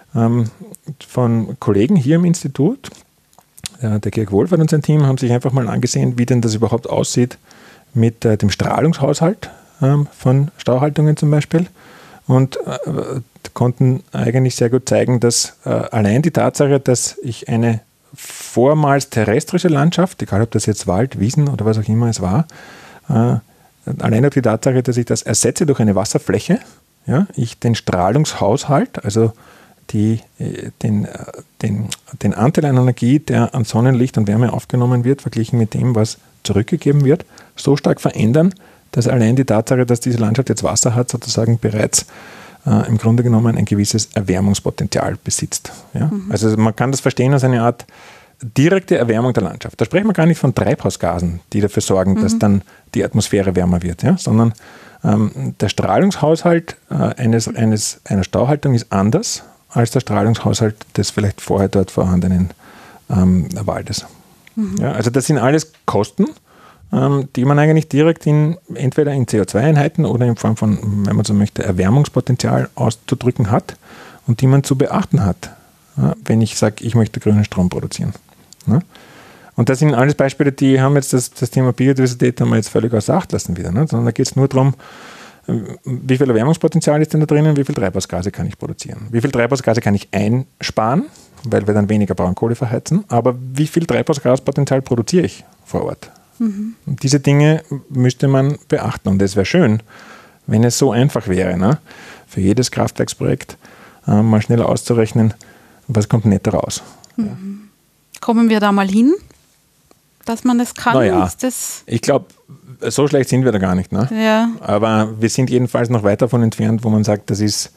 von Kollegen hier im Institut, der Georg Wohlfahrt und sein Team haben sich einfach mal angesehen, wie denn das überhaupt aussieht mit dem Strahlungshaushalt von Stauhaltungen zum Beispiel und konnten eigentlich sehr gut zeigen, dass allein die Tatsache, dass ich eine vormals terrestrische Landschaft, egal ob das jetzt Wald, Wiesen oder was auch immer es war, allein durch die Tatsache, dass ich das ersetze durch eine Wasserfläche, ja, ich den Strahlungshaushalt, also den Anteil an Energie, der an Sonnenlicht und Wärme aufgenommen wird, verglichen mit dem, was zurückgegeben wird, so stark verändern, dass allein die Tatsache, dass diese Landschaft jetzt Wasser hat, sozusagen bereits im Grunde genommen ein gewisses Erwärmungspotenzial besitzt. Ja? Also man kann das verstehen als eine Art direkte Erwärmung der Landschaft. Da sprechen wir gar nicht von Treibhausgasen, die dafür sorgen, dass dann die Atmosphäre wärmer wird, ja? Sondern der Strahlungshaushalt einer Stauhaltung ist anders als der Strahlungshaushalt des vielleicht vorher dort vorhandenen Waldes. Ja, also das sind alles Kosten, die man eigentlich direkt entweder in CO2-Einheiten oder in Form von, wenn man so möchte, Erwärmungspotenzial auszudrücken hat und die man zu beachten hat, wenn ich sage, ich möchte grünen Strom produzieren. Ja? Und das sind alles Beispiele, die haben jetzt das Thema Biodiversität haben wir jetzt völlig außer Acht lassen wieder, sondern da geht es nur darum, wie viel Erwärmungspotenzial ist denn da drinnen, wie viel Treibhausgase kann ich produzieren, wie viel Treibhausgase kann ich einsparen, weil wir dann weniger Braunkohle verheizen, aber wie viel Treibhausgaspotenzial produziere ich vor Ort? Und diese Dinge müsste man beachten und es wäre schön, wenn es so einfach wäre, ne? Für jedes Kraftwerksprojekt mal schnell auszurechnen, was kommt netto raus. Ja. Kommen wir da mal hin, dass man das kann? Naja, ich glaube, so schlecht sind wir da gar nicht. Ne? Ja. Aber wir sind jedenfalls noch weit davon entfernt, wo man sagt, das ist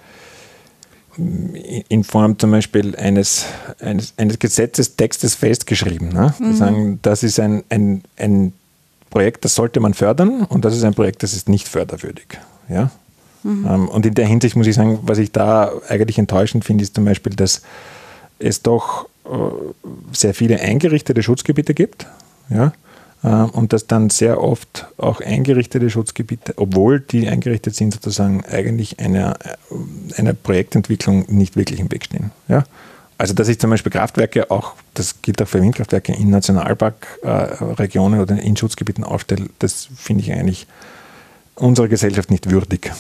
in Form zum Beispiel eines Gesetzestextes festgeschrieben. Ne? Sagen, das ist ein Projekt, das sollte man fördern und das ist ein Projekt, das ist nicht förderwürdig. Ja? Und in der Hinsicht muss ich sagen, was ich da eigentlich enttäuschend finde, ist zum Beispiel, dass es doch sehr viele eingerichtete Schutzgebiete gibt. Ja? Und dass dann sehr oft auch eingerichtete Schutzgebiete, obwohl die eingerichtet sind, sozusagen eigentlich einer Projektentwicklung nicht wirklich im Weg stehen. Ja? Also dass ich zum Beispiel Kraftwerke auch, das gilt auch für Windkraftwerke, in Nationalparkregionen oder in Schutzgebieten aufstelle, das finde ich eigentlich unserer Gesellschaft nicht würdig.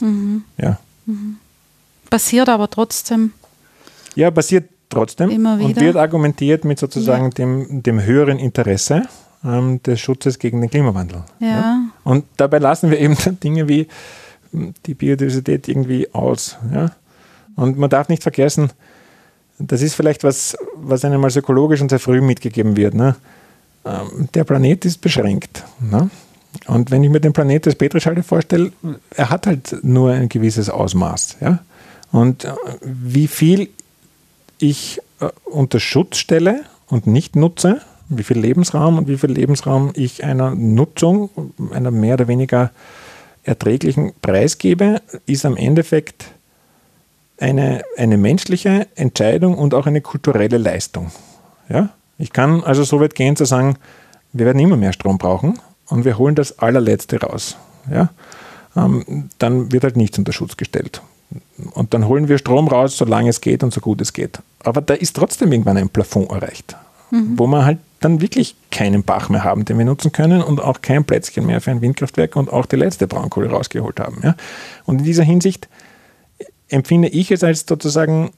Ja. Passiert aber trotzdem. Ja, passiert trotzdem immer wieder. Und wird argumentiert mit sozusagen dem höheren Interesse des Schutzes gegen den Klimawandel. Ja. Ja? Und dabei lassen wir eben Dinge wie die Biodiversität irgendwie aus. Ja? Und man darf nicht vergessen, das ist vielleicht was einem als ökologisch und sehr früh mitgegeben wird. Ne? Der Planet ist beschränkt. Ne? Und wenn ich mir den Planet des Petrischale vorstelle, er hat halt nur ein gewisses Ausmaß. Ja? Und wie viel ich unter Schutz stelle und nicht nutze, wie viel Lebensraum und wie viel Lebensraum ich einer Nutzung, einer mehr oder weniger erträglichen Preis gebe, ist am Endeffekt eine menschliche Entscheidung und auch eine kulturelle Leistung. Ja? Ich kann also so weit gehen zu sagen, wir werden immer mehr Strom brauchen und wir holen das allerletzte raus. Ja? Dann wird halt nichts unter Schutz gestellt. Und dann holen wir Strom raus, solange es geht und so gut es geht. Aber da ist trotzdem irgendwann ein Plafond erreicht, wo wir halt dann wirklich keinen Bach mehr haben, den wir nutzen können und auch kein Plätzchen mehr für ein Windkraftwerk und auch die letzte Braunkohle rausgeholt haben. Ja? Und in dieser Hinsicht empfinde ich es als sozusagen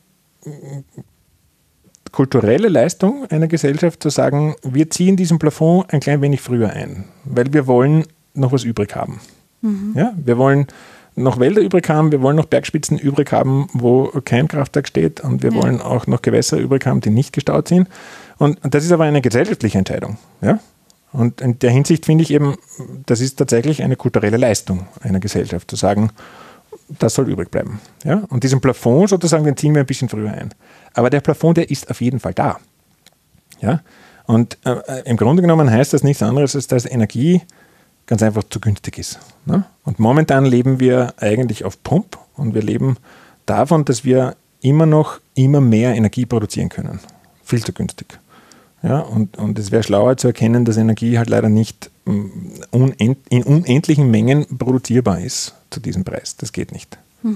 kulturelle Leistung einer Gesellschaft zu sagen, wir ziehen diesen Plafond ein klein wenig früher ein, weil wir wollen noch was übrig haben. Ja? Wir wollen noch Wälder übrig haben, wir wollen noch Bergspitzen übrig haben, wo kein Kraftwerk steht und wir wollen auch noch Gewässer übrig haben, die nicht gestaut sind. Und das ist aber eine gesellschaftliche Entscheidung. Ja? Und in der Hinsicht finde ich eben, das ist tatsächlich eine kulturelle Leistung einer Gesellschaft, zu sagen, das soll übrig bleiben. Ja? Und diesen Plafond sozusagen, den ziehen wir ein bisschen früher ein. Aber der Plafond, der ist auf jeden Fall da. Ja? Und im Grunde genommen heißt das nichts anderes, als dass Energie ganz einfach zu günstig ist. Ne? Und momentan leben wir eigentlich auf Pump und wir leben davon, dass wir immer mehr Energie produzieren können. Viel zu günstig. Ja? Und es wäre schlauer zu erkennen, dass Energie halt leider nicht in unendlichen Mengen produzierbar ist zu diesem Preis. Das geht nicht.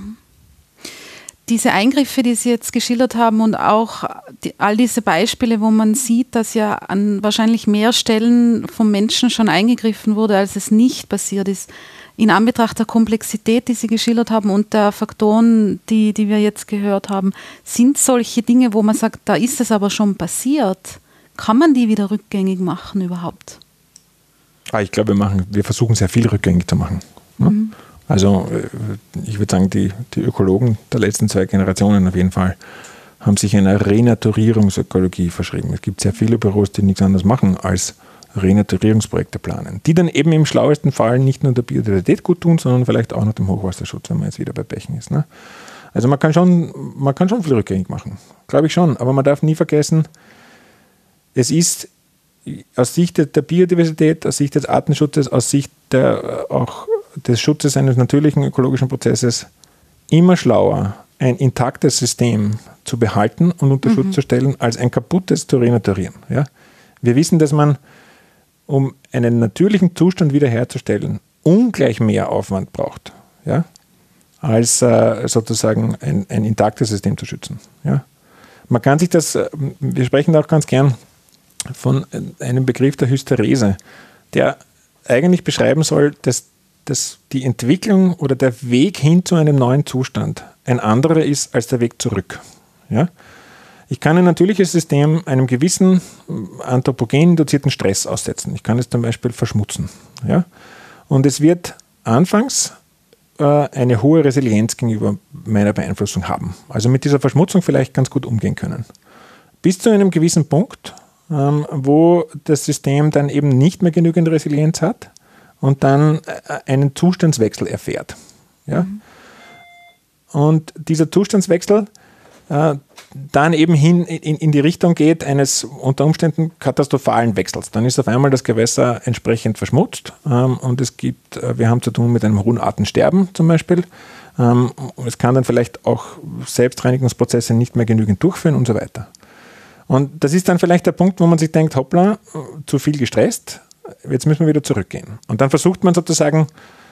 Diese Eingriffe, die Sie jetzt geschildert haben und auch all diese Beispiele, wo man sieht, dass ja an wahrscheinlich mehr Stellen vom Menschen schon eingegriffen wurde, als es nicht passiert ist, in Anbetracht der Komplexität, die Sie geschildert haben und der Faktoren, die wir jetzt gehört haben, sind solche Dinge, wo man sagt, da ist es aber schon passiert. Kann man die wieder rückgängig machen überhaupt? Ich glaube, wir versuchen sehr viel rückgängig zu machen. Ne? Also ich würde sagen, die Ökologen der letzten 2 Generationen auf jeden Fall haben sich einer Renaturierungsökologie verschrieben. Es gibt sehr viele Büros, die nichts anderes machen, als Renaturierungsprojekte planen, die dann eben im schlauesten Fall nicht nur der Biodiversität gut tun, sondern vielleicht auch noch dem Hochwasserschutz, wenn man jetzt wieder bei Bächen ist. Ne? Also man kann schon viel rückgängig machen, glaube ich schon. Aber man darf nie vergessen, es ist aus Sicht der Biodiversität, aus Sicht des Artenschutzes, aus Sicht auch des Schutzes eines natürlichen ökologischen Prozesses immer schlauer, ein intaktes System zu behalten und unter Schutz zu stellen, als ein kaputtes zu renaturieren. Ja? Wir wissen, dass man, um einen natürlichen Zustand wiederherzustellen, ungleich mehr Aufwand braucht, ja? Als sozusagen ein intaktes System zu schützen. Ja? Man kann sich das, wir sprechen da auch ganz gern von einem Begriff der Hysterese, der eigentlich beschreiben soll, dass die Entwicklung oder der Weg hin zu einem neuen Zustand ein anderer ist als der Weg zurück. Ja? Ich kann ein natürliches System einem gewissen anthropogen induzierten Stress aussetzen. Ich kann es zum Beispiel verschmutzen. Ja? Und es wird anfangs eine hohe Resilienz gegenüber meiner Beeinflussung haben. Also mit dieser Verschmutzung vielleicht ganz gut umgehen können. Bis zu einem gewissen Punkt, wo das System dann eben nicht mehr genügend Resilienz hat und dann einen Zustandswechsel erfährt. Ja? Und dieser Zustandswechsel dann eben hin in die Richtung geht eines unter Umständen katastrophalen Wechsels. Dann ist auf einmal das Gewässer entsprechend verschmutzt und wir haben zu tun mit einem hohen Artensterben zum Beispiel. Es kann dann vielleicht auch Selbstreinigungsprozesse nicht mehr genügend durchführen und so weiter. Und das ist dann vielleicht der Punkt, wo man sich denkt, hoppla, zu viel gestresst, jetzt müssen wir wieder zurückgehen. Und dann versucht man sozusagen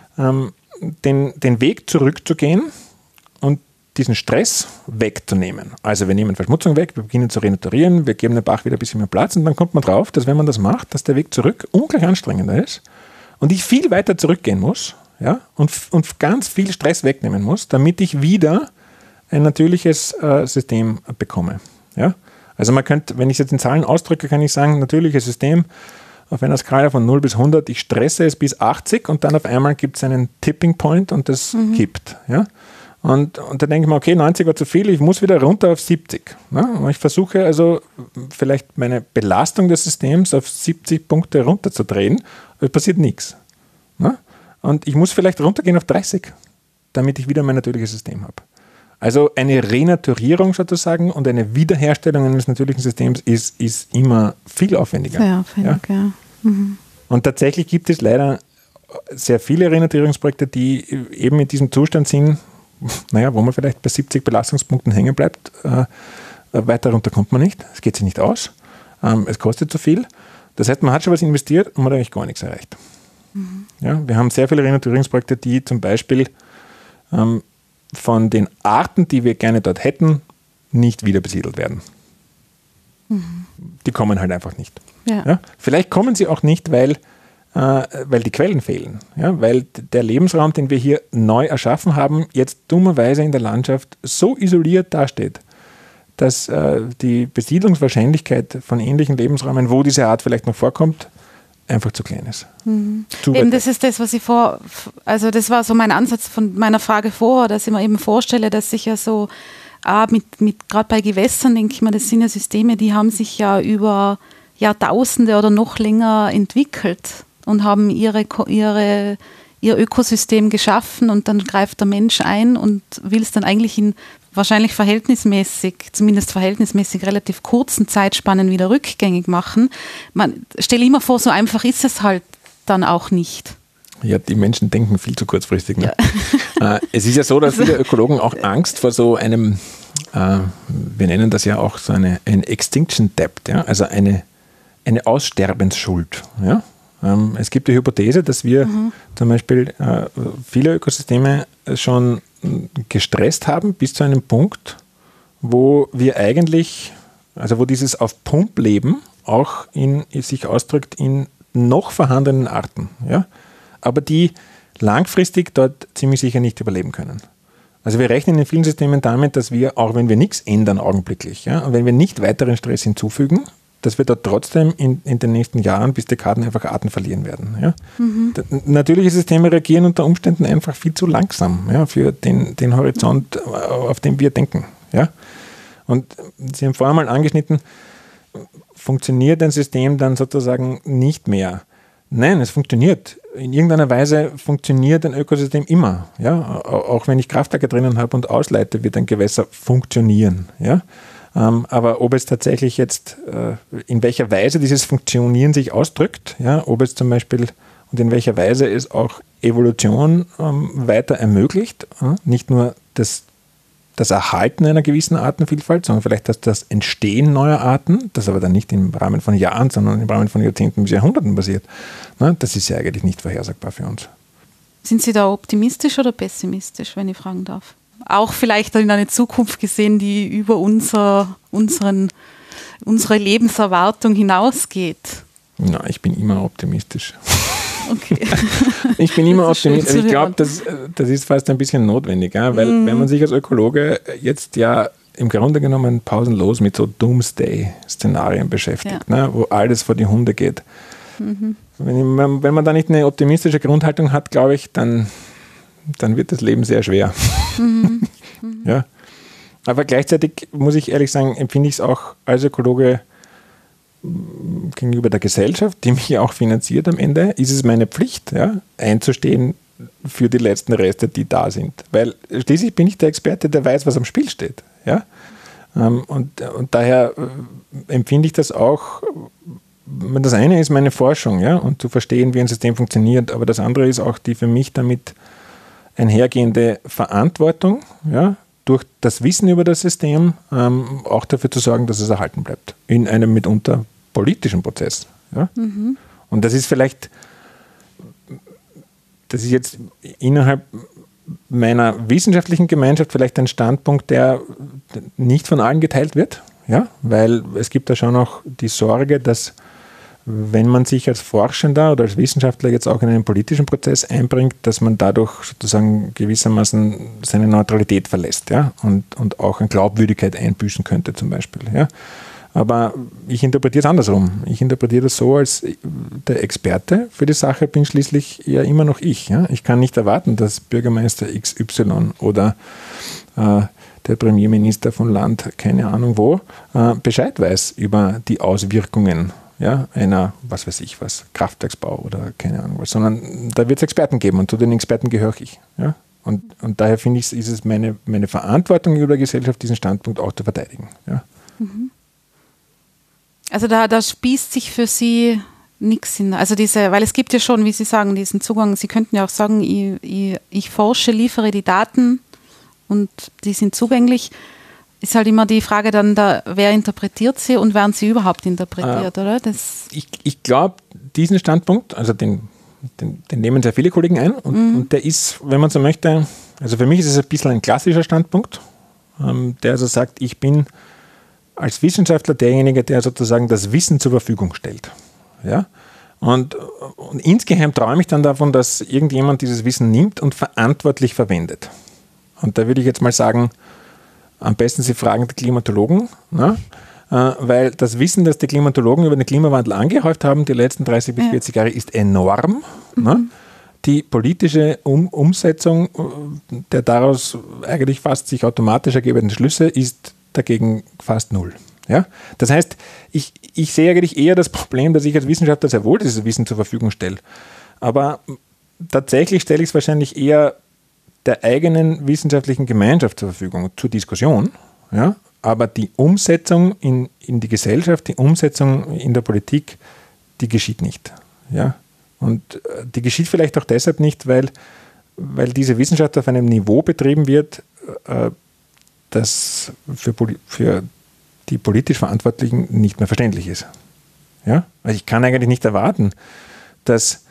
den Weg zurückzugehen und diesen Stress wegzunehmen. Also wir nehmen Verschmutzung weg, wir beginnen zu renaturieren, wir geben dem Bach wieder ein bisschen mehr Platz und dann kommt man drauf, dass wenn man das macht, dass der Weg zurück ungleich anstrengender ist und ich viel weiter zurückgehen muss, ja, und ganz viel Stress wegnehmen muss, damit ich wieder ein natürliches System bekomme. Ja? Also man könnte, wenn ich es jetzt in Zahlen ausdrücke, kann ich sagen, natürliches System auf einer Skala von 0 bis 100, ich stresse es bis 80 und dann auf einmal gibt es einen Tipping Point und das kippt. Ja? Und da denke ich mir, okay, 90 war zu viel, ich muss wieder runter auf 70. Ne? Und ich versuche also vielleicht meine Belastung des Systems auf 70 Punkte runterzudrehen, es passiert nichts. Ne? Und ich muss vielleicht runtergehen auf 30, damit ich wieder mein natürliches System habe. Also eine Renaturierung sozusagen und eine Wiederherstellung eines natürlichen Systems ist immer viel aufwendiger. Sehr aufwendig, ja. Und tatsächlich gibt es leider sehr viele Renaturierungsprojekte, die eben in diesem Zustand sind, wo man vielleicht bei 70 Belastungspunkten hängen bleibt. Weiter runter kommt man nicht, es geht sich nicht aus, es kostet zu viel. Das heißt, man hat schon was investiert und man hat eigentlich gar nichts erreicht. Ja, wir haben sehr viele Renaturierungsprojekte, die zum Beispiel von den Arten, die wir gerne dort hätten, nicht wieder besiedelt werden. Die kommen halt einfach nicht. Ja. Ja? Vielleicht kommen sie auch nicht, weil die Quellen fehlen. Ja? Weil der Lebensraum, den wir hier neu erschaffen haben, jetzt dummerweise in der Landschaft so isoliert dasteht, dass die Besiedlungswahrscheinlichkeit von ähnlichen Lebensräumen, wo diese Art vielleicht noch vorkommt, einfach zu klein ist. Eben, das ist das, was also das war so mein Ansatz von meiner Frage vorher, dass ich mir eben vorstelle, dass sich ja so, gerade bei Gewässern, denke ich mal, das sind ja Systeme, die haben sich ja über Jahrtausende oder noch länger entwickelt und haben ihr Ökosystem geschaffen und dann greift der Mensch ein und will es dann eigentlich in wahrscheinlich zumindest verhältnismäßig relativ kurzen Zeitspannen wieder rückgängig machen. Man stelle immer vor, so einfach ist es halt dann auch nicht. Ja, die Menschen denken viel zu kurzfristig. Ne? Ja. Es ist ja so, dass viele Ökologen auch Angst vor so einem, wir nennen das ja auch so ein Extinction Debt, ja? Also eine Aussterbensschuld. Ja? Es gibt die Hypothese, dass wir zum Beispiel viele Ökosysteme schon gestresst haben bis zu einem Punkt, wo wir eigentlich, also wo dieses auf Pump leben auch sich ausdrückt in noch vorhandenen Arten, ja, aber die langfristig dort ziemlich sicher nicht überleben können. Also wir rechnen in vielen Systemen damit, dass wir, auch wenn wir nichts ändern augenblicklich, ja, und wenn wir nicht weiteren Stress hinzufügen, dass wir dort trotzdem in den nächsten Jahren bis Dekaden einfach Arten verlieren werden. Ja? Natürliche Systeme reagieren unter Umständen einfach viel zu langsam, ja, für den Horizont, auf den wir denken. Ja? Und Sie haben vorher mal angeschnitten, funktioniert ein System dann sozusagen nicht mehr? Nein, es funktioniert. In irgendeiner Weise funktioniert ein Ökosystem immer. Ja? Auch wenn ich Kraftwerke drinnen habe und ausleite, wird ein Gewässer funktionieren. Ja? Aber ob es tatsächlich jetzt, in welcher Weise dieses Funktionieren sich ausdrückt, ja, ob es zum Beispiel und in welcher Weise es auch Evolution weiter ermöglicht, nicht nur das Erhalten einer gewissen Artenvielfalt, sondern vielleicht das Entstehen neuer Arten, das aber dann nicht im Rahmen von Jahren, sondern im Rahmen von Jahrzehnten bis Jahrhunderten passiert. Das ist ja eigentlich nicht vorhersagbar für uns. Sind Sie da optimistisch oder pessimistisch, wenn ich fragen darf? Auch vielleicht in eine Zukunft gesehen, die über unsere Lebenserwartung hinausgeht? Na, ich bin immer optimistisch. Okay. Ich bin immer optimistisch. Ich glaube, das ist fast ein bisschen notwendig, ja? Weil wenn man sich als Ökologe jetzt ja im Grunde genommen pausenlos mit so Doomsday-Szenarien beschäftigt, wo alles vor die Hunde geht. Wenn man da nicht eine optimistische Grundhaltung hat, glaube ich, dann wird das Leben sehr schwer. Ja. Aber gleichzeitig muss ich ehrlich sagen, empfinde ich es auch als Ökologe gegenüber der Gesellschaft, die mich auch finanziert am Ende, ist es meine Pflicht, einzustehen für die letzten Reste, die da sind. Weil schließlich bin ich der Experte, der weiß, was am Spiel steht. Ja? Und daher empfinde ich das auch. Das eine ist meine Forschung, und zu verstehen, wie ein System funktioniert, aber das andere ist auch die für mich damit einhergehende Verantwortung, durch das Wissen über das System auch dafür zu sorgen, dass es erhalten bleibt. In einem mitunter politischen Prozess. Ja? Und das ist jetzt innerhalb meiner wissenschaftlichen Gemeinschaft vielleicht ein Standpunkt, der nicht von allen geteilt wird, weil es gibt da schon auch die Sorge, dass wenn man sich als Forschender oder als Wissenschaftler jetzt auch in einen politischen Prozess einbringt, dass man dadurch sozusagen gewissermaßen seine Neutralität verlässt, und auch an Glaubwürdigkeit einbüßen könnte zum Beispiel. Ja? Aber ich interpretiere es andersrum. Ich interpretiere das so, als der Experte für die Sache bin schließlich ja immer noch ich. Ja? Ich kann nicht erwarten, dass Bürgermeister XY oder der Premierminister von Land, keine Ahnung wo, Bescheid weiß über die Auswirkungen einer, was weiß ich was, Kraftwerksbau oder keine Ahnung was, sondern da wird es Experten geben und zu den Experten gehöre ich. Ja? Und daher finde ich, ist es meine Verantwortung über der Gesellschaft, diesen Standpunkt auch zu verteidigen. Ja? Also da spießt sich für Sie nichts hin. Also weil es gibt ja schon, wie Sie sagen, diesen Zugang. Sie könnten ja auch sagen, ich forsche, liefere die Daten und die sind zugänglich. Ist halt immer die Frage dann, wer interpretiert sie und werden sie überhaupt interpretiert, oder? Ich glaube, diesen Standpunkt, also den nehmen sehr viele Kollegen ein und der ist, wenn man so möchte, also für mich ist es ein bisschen ein klassischer Standpunkt, der also sagt, ich bin als Wissenschaftler derjenige, der sozusagen das Wissen zur Verfügung stellt. Ja? Und insgeheim träume ich dann davon, dass irgendjemand dieses Wissen nimmt und verantwortlich verwendet. Und da würde ich jetzt mal sagen, am besten Sie fragen die Klimatologen, weil das Wissen, das die Klimatologen über den Klimawandel angehäuft haben, die letzten 30 bis 40 Jahre, ist enorm. Die politische Umsetzung der daraus eigentlich fast sich automatisch ergebenden Schlüsse ist dagegen fast null. Ja? Das heißt, ich sehe eigentlich eher das Problem, dass ich als Wissenschaftler sehr wohl dieses Wissen zur Verfügung stelle. Aber tatsächlich stelle ich es wahrscheinlich eher der eigenen wissenschaftlichen Gemeinschaft zur Verfügung, zur Diskussion, aber die Umsetzung in die Gesellschaft, die Umsetzung in der Politik, die geschieht nicht. Ja? Und die geschieht vielleicht auch deshalb nicht, weil diese Wissenschaft auf einem Niveau betrieben wird, das für die politisch Verantwortlichen nicht mehr verständlich ist. Ja? Also ich kann eigentlich nicht erwarten, dass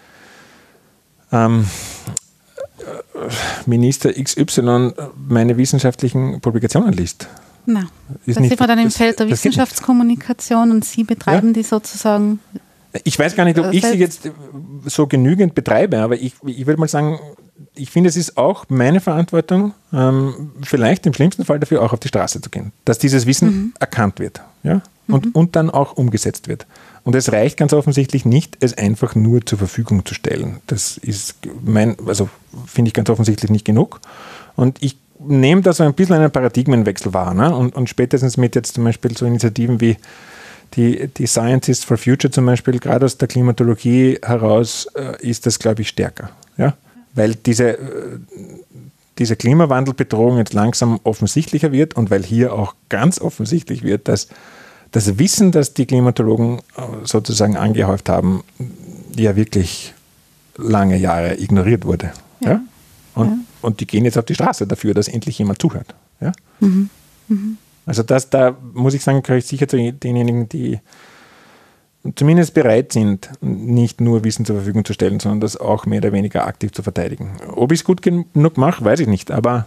Minister XY meine wissenschaftlichen Publikationen liest. Na, da sind wir dann im Feld der Wissenschaftskommunikation und Sie betreiben die sozusagen. Ich weiß gar nicht, ob ich sie jetzt so genügend betreibe, aber ich würde mal sagen, ich finde, es ist auch meine Verantwortung, vielleicht im schlimmsten Fall dafür auch auf die Straße zu gehen, dass dieses Wissen erkannt wird, und dann auch umgesetzt wird. Und es reicht ganz offensichtlich nicht, es einfach nur zur Verfügung zu stellen. Das ist finde ich ganz offensichtlich nicht genug. Und ich nehme da so ein bisschen einen Paradigmenwechsel wahr. Ne? Und spätestens mit jetzt zum Beispiel so Initiativen wie die Scientists for Future zum Beispiel, gerade aus der Klimatologie heraus, ist das, glaube ich, stärker. Ja? Weil diese diese Klimawandelbedrohung jetzt langsam offensichtlicher wird und weil hier auch ganz offensichtlich wird, dass das Wissen, das die Klimatologen sozusagen angehäuft haben, ja wirklich lange Jahre ignoriert wurde. Ja? Und die gehen jetzt auf die Straße dafür, dass endlich jemand zuhört. Ja? Also da muss ich sagen, gehöre ich sicher zu denjenigen, die zumindest bereit sind, nicht nur Wissen zur Verfügung zu stellen, sondern das auch mehr oder weniger aktiv zu verteidigen. Ob ich es gut genug mache, weiß ich nicht, aber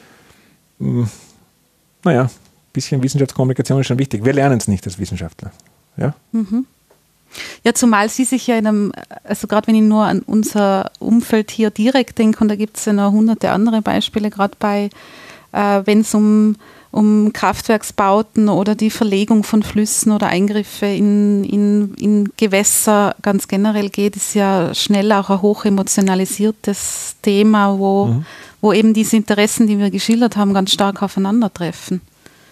naja, ein bisschen Wissenschaftskommunikation ist schon wichtig. Wir lernen es nicht als Wissenschaftler. Ja? Ja, zumal Sie sich ja also gerade wenn ich nur an unser Umfeld hier direkt denke, und da gibt es ja noch hunderte andere Beispiele, gerade wenn es um Kraftwerksbauten oder die Verlegung von Flüssen oder Eingriffe in Gewässer ganz generell geht, ist ja schnell auch ein hochemotionalisiertes Thema, wo eben diese Interessen, die wir geschildert haben, ganz stark aufeinandertreffen.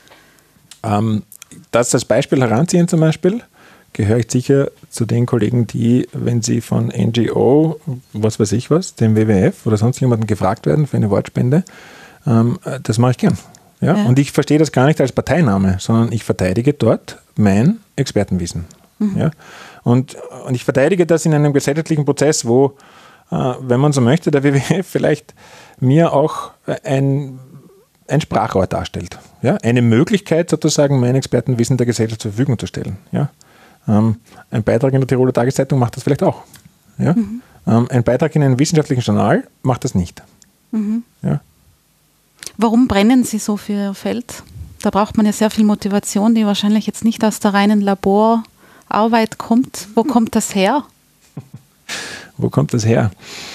Das als Beispiel heranziehen zum Beispiel, gehöre ich sicher zu den Kollegen, die, wenn sie von NGO, was weiß ich was, dem WWF oder sonst jemanden gefragt werden für eine Wortspende, das mache ich gern. Ja? Und ich verstehe das gar nicht als Parteinahme, sondern ich verteidige dort mein Expertenwissen. Ja? Und ich verteidige das in einem gesellschaftlichen Prozess, wo, wenn man so möchte, der WWF vielleicht mir auch ein Sprachrohr darstellt. Ja? Eine Möglichkeit sozusagen, mein Expertenwissen der Gesellschaft zur Verfügung zu stellen. Ja? Ein Beitrag in der Tiroler Tageszeitung macht das vielleicht auch. Ja? Ein Beitrag in einem wissenschaftlichen Journal macht das nicht. Ja? Warum brennen Sie so für Ihr Feld? Da braucht man ja sehr viel Motivation, die wahrscheinlich jetzt nicht aus der reinen Laborarbeit kommt. Wo kommt das her? Wo kommt das her?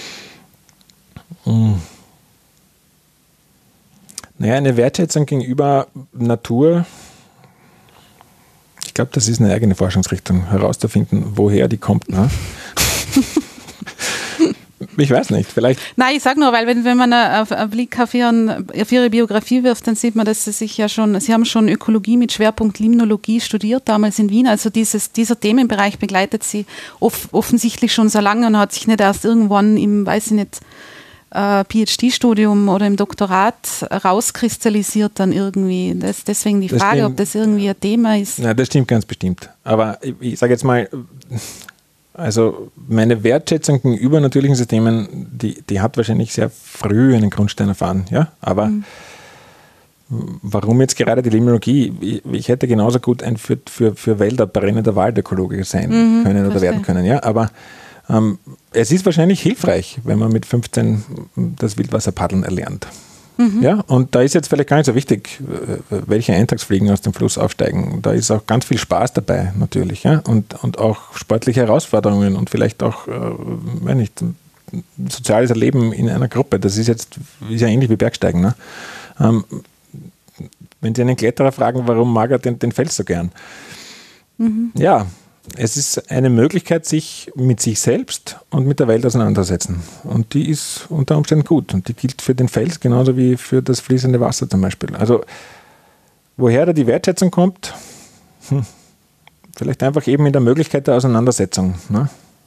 Naja, eine Wertschätzung gegenüber Natur, ich glaube, das ist eine eigene Forschungsrichtung, herauszufinden, woher die kommt. Ne? Ich weiß nicht, vielleicht. Nein, ich sage nur, weil wenn man einen Blick auf Ihre Biografie wirft, dann sieht man, dass Sie haben schon Ökologie mit Schwerpunkt Limnologie studiert, damals in Wien. Also dieser Themenbereich begleitet Sie offensichtlich schon sehr lange und hat sich nicht erst irgendwann im, weiß ich nicht, PhD-Studium oder im Doktorat rauskristallisiert dann irgendwie. Deswegen die Frage, ob das irgendwie ein Thema ist. Ja, das stimmt ganz bestimmt. Aber ich sage jetzt mal, also meine Wertschätzung gegenüber natürlichen Systemen, die hat wahrscheinlich sehr früh einen Grundstein erfahren. Ja? Aber warum jetzt gerade die Limnologie? Ich hätte genauso gut ein für Wälder brennender Waldökologe sein können oder werden können. Ja? Aber es ist wahrscheinlich hilfreich, wenn man mit 15 das Wildwasserpaddeln erlernt. Ja, und da ist jetzt vielleicht gar nicht so wichtig, welche Eintagsfliegen aus dem Fluss aufsteigen. Da ist auch ganz viel Spaß dabei natürlich, ja? Und auch sportliche Herausforderungen und vielleicht auch, soziales Erleben in einer Gruppe. Das ist ja ähnlich wie Bergsteigen. Ne? Wenn Sie einen Kletterer fragen, warum mag er den Fels so gern? Ja, es ist eine Möglichkeit, sich mit sich selbst und mit der Welt auseinanderzusetzen. Und die ist unter Umständen gut. Und die gilt für den Fels genauso wie für das fließende Wasser zum Beispiel. Also, woher da die Wertschätzung kommt? Vielleicht einfach eben in der Möglichkeit der Auseinandersetzung. Ne?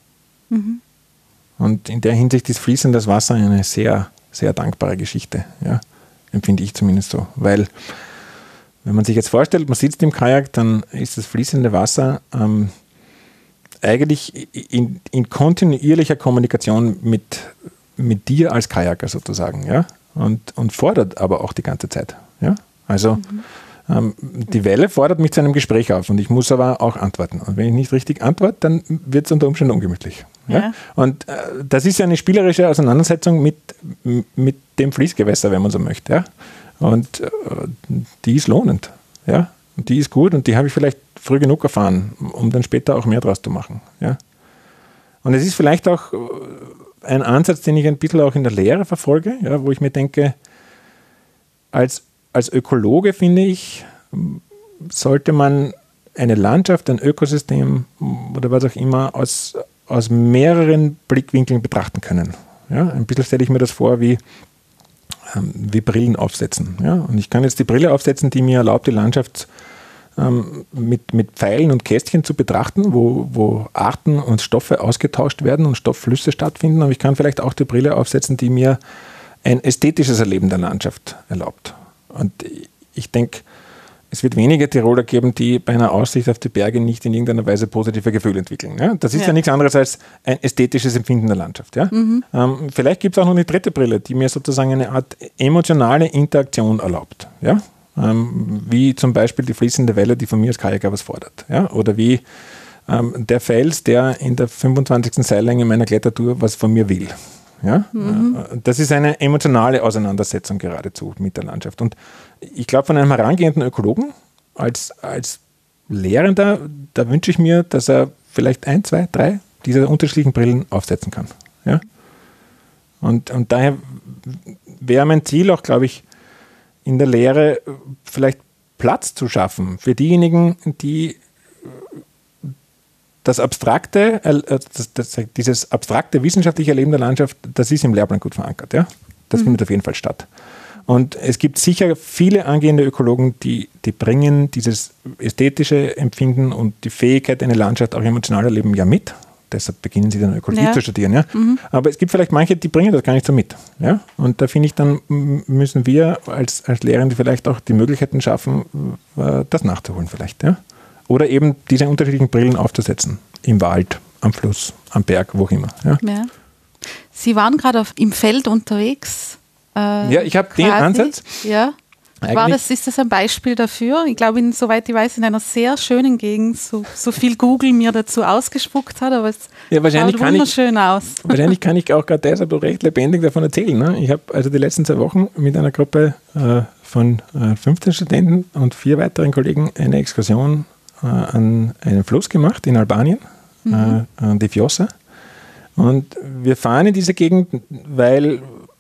Und in der Hinsicht ist fließendes Wasser eine sehr, sehr dankbare Geschichte. Ja? Empfinde ich zumindest so. Weil, wenn man sich jetzt vorstellt, man sitzt im Kajak, dann ist das fließende Wasser eigentlich in kontinuierlicher Kommunikation mit dir als Kajaker sozusagen, ja, und fordert aber auch die ganze Zeit, ja, also die Welle fordert mich zu einem Gespräch auf und ich muss aber auch antworten und wenn ich nicht richtig antworte, dann wird es unter Umständen ungemütlich, ja? Und das ist ja eine spielerische Auseinandersetzung mit dem Fließgewässer, wenn man so möchte, ja, und die ist lohnend, ja, und die ist gut und die habe ich vielleicht früh genug erfahren, um dann später auch mehr draus zu machen. Ja? Und es ist vielleicht auch ein Ansatz, den ich ein bisschen auch in der Lehre verfolge, ja, wo ich mir denke, als Ökologe, finde ich, sollte man eine Landschaft, ein Ökosystem oder was auch immer aus mehreren Blickwinkeln betrachten können. Ja? Ein bisschen stelle ich mir das vor wie Brillen aufsetzen. Ja? Und ich kann jetzt die Brille aufsetzen, die mir erlaubt, die Landschaft mit Pfeilen und Kästchen zu betrachten, wo Arten und Stoffe ausgetauscht werden und Stoffflüsse stattfinden. Aber ich kann vielleicht auch die Brille aufsetzen, die mir ein ästhetisches Erleben der Landschaft erlaubt. Und ich denke, es wird wenige Tiroler geben, die bei einer Aussicht auf die Berge nicht in irgendeiner Weise positive Gefühle entwickeln. Ja? Das ist ja nichts anderes als ein ästhetisches Empfinden der Landschaft. Ja? Vielleicht gibt es auch noch eine dritte Brille, die mir sozusagen eine Art emotionale Interaktion erlaubt. Ja? Wie zum Beispiel die fließende Welle, die von mir als Kajaker was fordert. Ja? Oder wie der Fels, der in der 25. Seillänge meiner Klettertour was von mir will. Ja? Das ist eine emotionale Auseinandersetzung geradezu mit der Landschaft. Und ich glaube, von einem herangehenden Ökologen als Lehrender, da wünsche ich mir, dass er vielleicht 1, 2, 3 dieser unterschiedlichen Brillen aufsetzen kann. Ja? Und daher wäre mein Ziel auch, glaube ich, in der Lehre vielleicht Platz zu schaffen für diejenigen, die das abstrakte, dieses abstrakte wissenschaftliche Erleben der Landschaft, das ist im Lehrplan gut verankert. Ja? Das findet auf jeden Fall statt. Und es gibt sicher viele angehende Ökologen, die bringen dieses ästhetische Empfinden und die Fähigkeit, eine Landschaft auch emotional erleben, ja mit. Deshalb beginnen sie dann Ökologie zu studieren. Ja? Aber es gibt vielleicht manche, die bringen das gar nicht so mit. Ja? Und da finde ich, dann müssen wir als Lehrende vielleicht auch die Möglichkeiten schaffen, das nachzuholen vielleicht. Ja? Oder eben diese unterschiedlichen Brillen aufzusetzen. Im Wald, am Fluss, am Berg, wo auch immer. Ja? Ja. Sie waren gerade im Feld unterwegs. Ja, ich habe den Ansatz. Ja. Ist das ein Beispiel dafür? Ich glaube, soweit ich weiß, in einer sehr schönen Gegend, so viel Google mir dazu ausgespuckt hat, aber es schaut wunderschön aus. Wahrscheinlich kann ich auch gerade deshalb recht lebendig davon erzählen. Ne? Ich habe also die letzten 2 Wochen mit einer Gruppe von 15 Studenten und 4 weiteren Kollegen eine Exkursion an einen Fluss gemacht in Albanien, an die Fjosa. Und wir fahren in diese Gegend, weil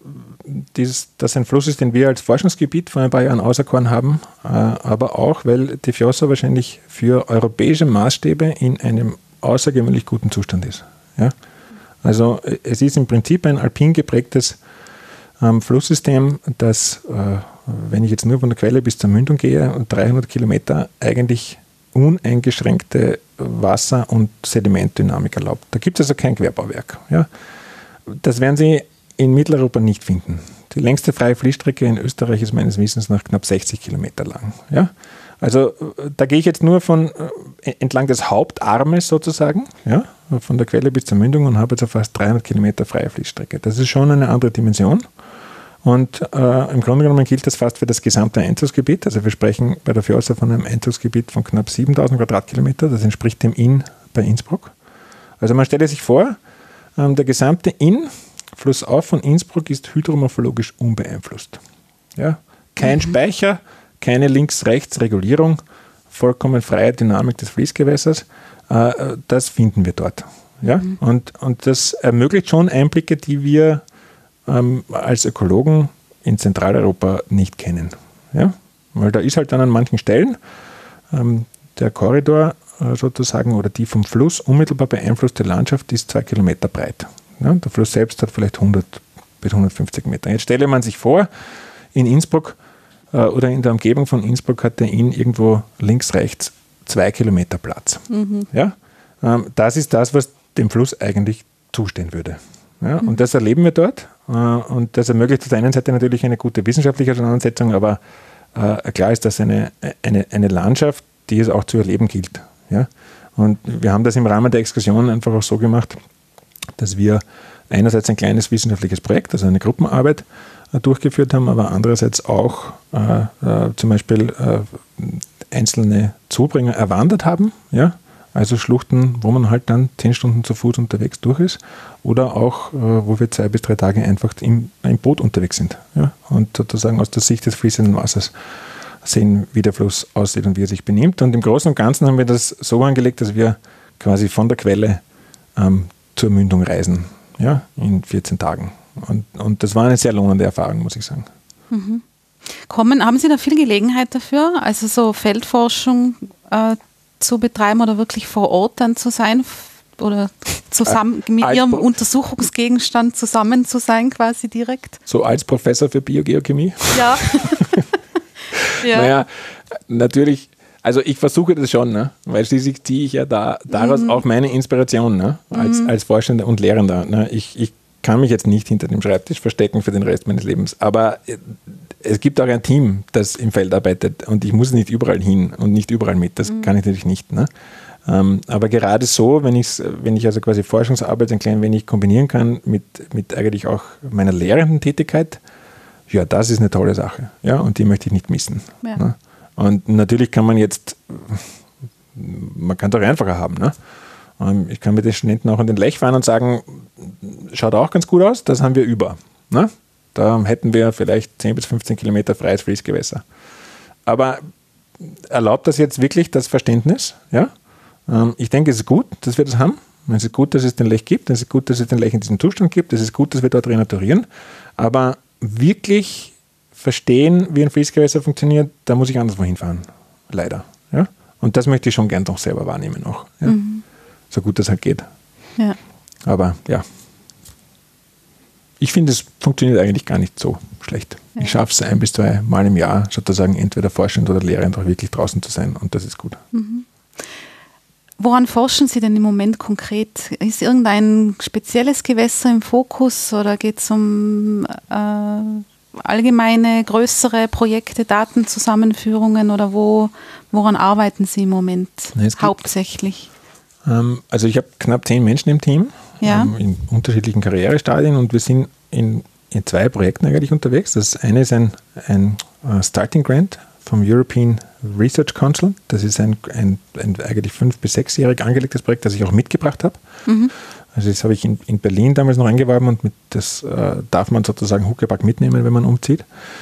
das ein Fluss ist, den wir als Forschungsgebiet vor ein paar Jahren auserkoren haben, aber auch, weil die Fjosa wahrscheinlich für europäische Maßstäbe in einem außergewöhnlich guten Zustand ist. Ja? Also es ist im Prinzip ein alpin geprägtes Flusssystem, das, wenn ich jetzt nur von der Quelle bis zur Mündung gehe, 300 Kilometer eigentlich uneingeschränkte Wasser- und Sedimentdynamik erlaubt. Da gibt es also kein Querbauwerk. Ja? Das werden Sie in Mitteleuropa nicht finden. Die längste freie Fließstrecke in Österreich ist meines Wissens nach knapp 60 Kilometer lang. Ja? Also da gehe ich jetzt nur entlang des Hauptarmes sozusagen, ja? Von der Quelle bis zur Mündung und habe jetzt fast 300 Kilometer freie Fließstrecke. Das ist schon eine andere Dimension. Und im Grunde genommen gilt das fast für das gesamte Einzugsgebiet. Also wir sprechen bei der Fjosa von einem Einzugsgebiet von knapp 7000 Quadratkilometer. Das entspricht dem Inn bei Innsbruck. Also man stelle sich vor, der gesamte Inn, flussauf von Innsbruck, ist hydromorphologisch unbeeinflusst. Ja? Kein Speicher, keine Links-Rechts-Regulierung, vollkommen freie Dynamik des Fließgewässers. Das finden wir dort. Ja? Und das ermöglicht schon Einblicke, die wir als Ökologen in Zentraleuropa nicht kennen. Ja? Weil da ist halt dann an manchen Stellen der Korridor sozusagen oder die vom Fluss unmittelbar beeinflusste Landschaft ist 2 Kilometer breit. Ja? Der Fluss selbst hat vielleicht 100 bis 150 Meter. Jetzt stelle man sich vor, in Innsbruck oder in der Umgebung von Innsbruck hat der Inn irgendwo links, rechts 2 Kilometer Platz. Ja? Das ist das, was dem Fluss eigentlich zustehen würde. Ja? Und das erleben wir dort. Und das ermöglicht auf der einen Seite natürlich eine gute wissenschaftliche Auseinandersetzung, aber klar ist das eine Landschaft, die es auch zu erleben gilt. Ja? Und wir haben das im Rahmen der Exkursion einfach auch so gemacht, dass wir einerseits ein kleines wissenschaftliches Projekt, also eine Gruppenarbeit durchgeführt haben, aber andererseits auch zum Beispiel einzelne Zubringer erwandert haben, ja? Also Schluchten, wo man halt dann 10 Stunden zu Fuß unterwegs durch ist oder auch, wo wir 2 bis 3 Tage einfach im Boot unterwegs sind. Ja? Und sozusagen aus der Sicht des fließenden Wassers sehen, wie der Fluss aussieht und wie er sich benimmt. Und im Großen und Ganzen haben wir das so angelegt, dass wir quasi von der Quelle zur Mündung reisen, ja? In 14 Tagen. Und das war eine sehr lohnende Erfahrung, muss ich sagen. Haben Sie da viel Gelegenheit dafür, also so Feldforschung zu betreiben oder wirklich vor Ort dann zu sein oder zusammen mit Ihrem Untersuchungsgegenstand zusammen zu sein, quasi direkt? So als Professor für Biogeochemie? Ja. Ja. Naja, natürlich, also ich versuche das schon, ne? Weil schließlich ziehe ich ja daraus auch meine Inspiration, ne? Als Forschender und Lehrender. Ne? Ich kann mich jetzt nicht hinter dem Schreibtisch verstecken für den Rest meines Lebens, aber es gibt auch ein Team, das im Feld arbeitet und ich muss nicht überall hin und nicht überall mit, das kann ich natürlich nicht. Ne? Aber gerade so, wenn ich also quasi Forschungsarbeit ein klein wenig kombinieren kann mit eigentlich auch meiner lehrenden Tätigkeit, ja, das ist eine tolle Sache. Ja, und die möchte ich nicht missen. Ja. Ne? Und natürlich kann man kann es auch einfacher haben. Ne? Ich kann mit den Studenten auch in den Lech fahren und sagen, schaut auch ganz gut aus, das haben wir über. Ne? Da hätten wir vielleicht 10 bis 15 Kilometer freies Fließgewässer. Aber erlaubt das jetzt wirklich das Verständnis? Ja? Ich denke, es ist gut, dass wir das haben. Es ist gut, dass es den Lech gibt. Es ist gut, dass es den Lech in diesem Zustand gibt. Es ist gut, dass wir dort renaturieren. Aber wirklich verstehen, wie ein Fließgewässer funktioniert, da muss ich anderswo hinfahren. Leider. Ja? Und das möchte ich schon gern noch selber wahrnehmen. Auch, ja? So gut das halt geht. Ja. Aber ja. Ich finde, es funktioniert eigentlich gar nicht so schlecht. Ja. Ich schaffe es 1 bis 2 Mal im Jahr, sozusagen entweder forschend oder lehrend auch wirklich draußen zu sein. Und das ist gut. Woran forschen Sie denn im Moment konkret? Ist irgendein spezielles Gewässer im Fokus oder geht es um allgemeine, größere Projekte, Datenzusammenführungen oder woran arbeiten Sie im Moment hauptsächlich? Also ich habe knapp 10 Menschen im Team, in unterschiedlichen Karrierestadien und wir sind in 2 Projekten eigentlich unterwegs. Das eine ist ein Starting Grant vom European Research Council. Das ist ein eigentlich 5- bis 6-jährig angelegtes Projekt, das ich auch mitgebracht habe. Also das habe ich in Berlin damals noch eingeworben und das darf man sozusagen Huckepack mitnehmen, wenn man umzieht.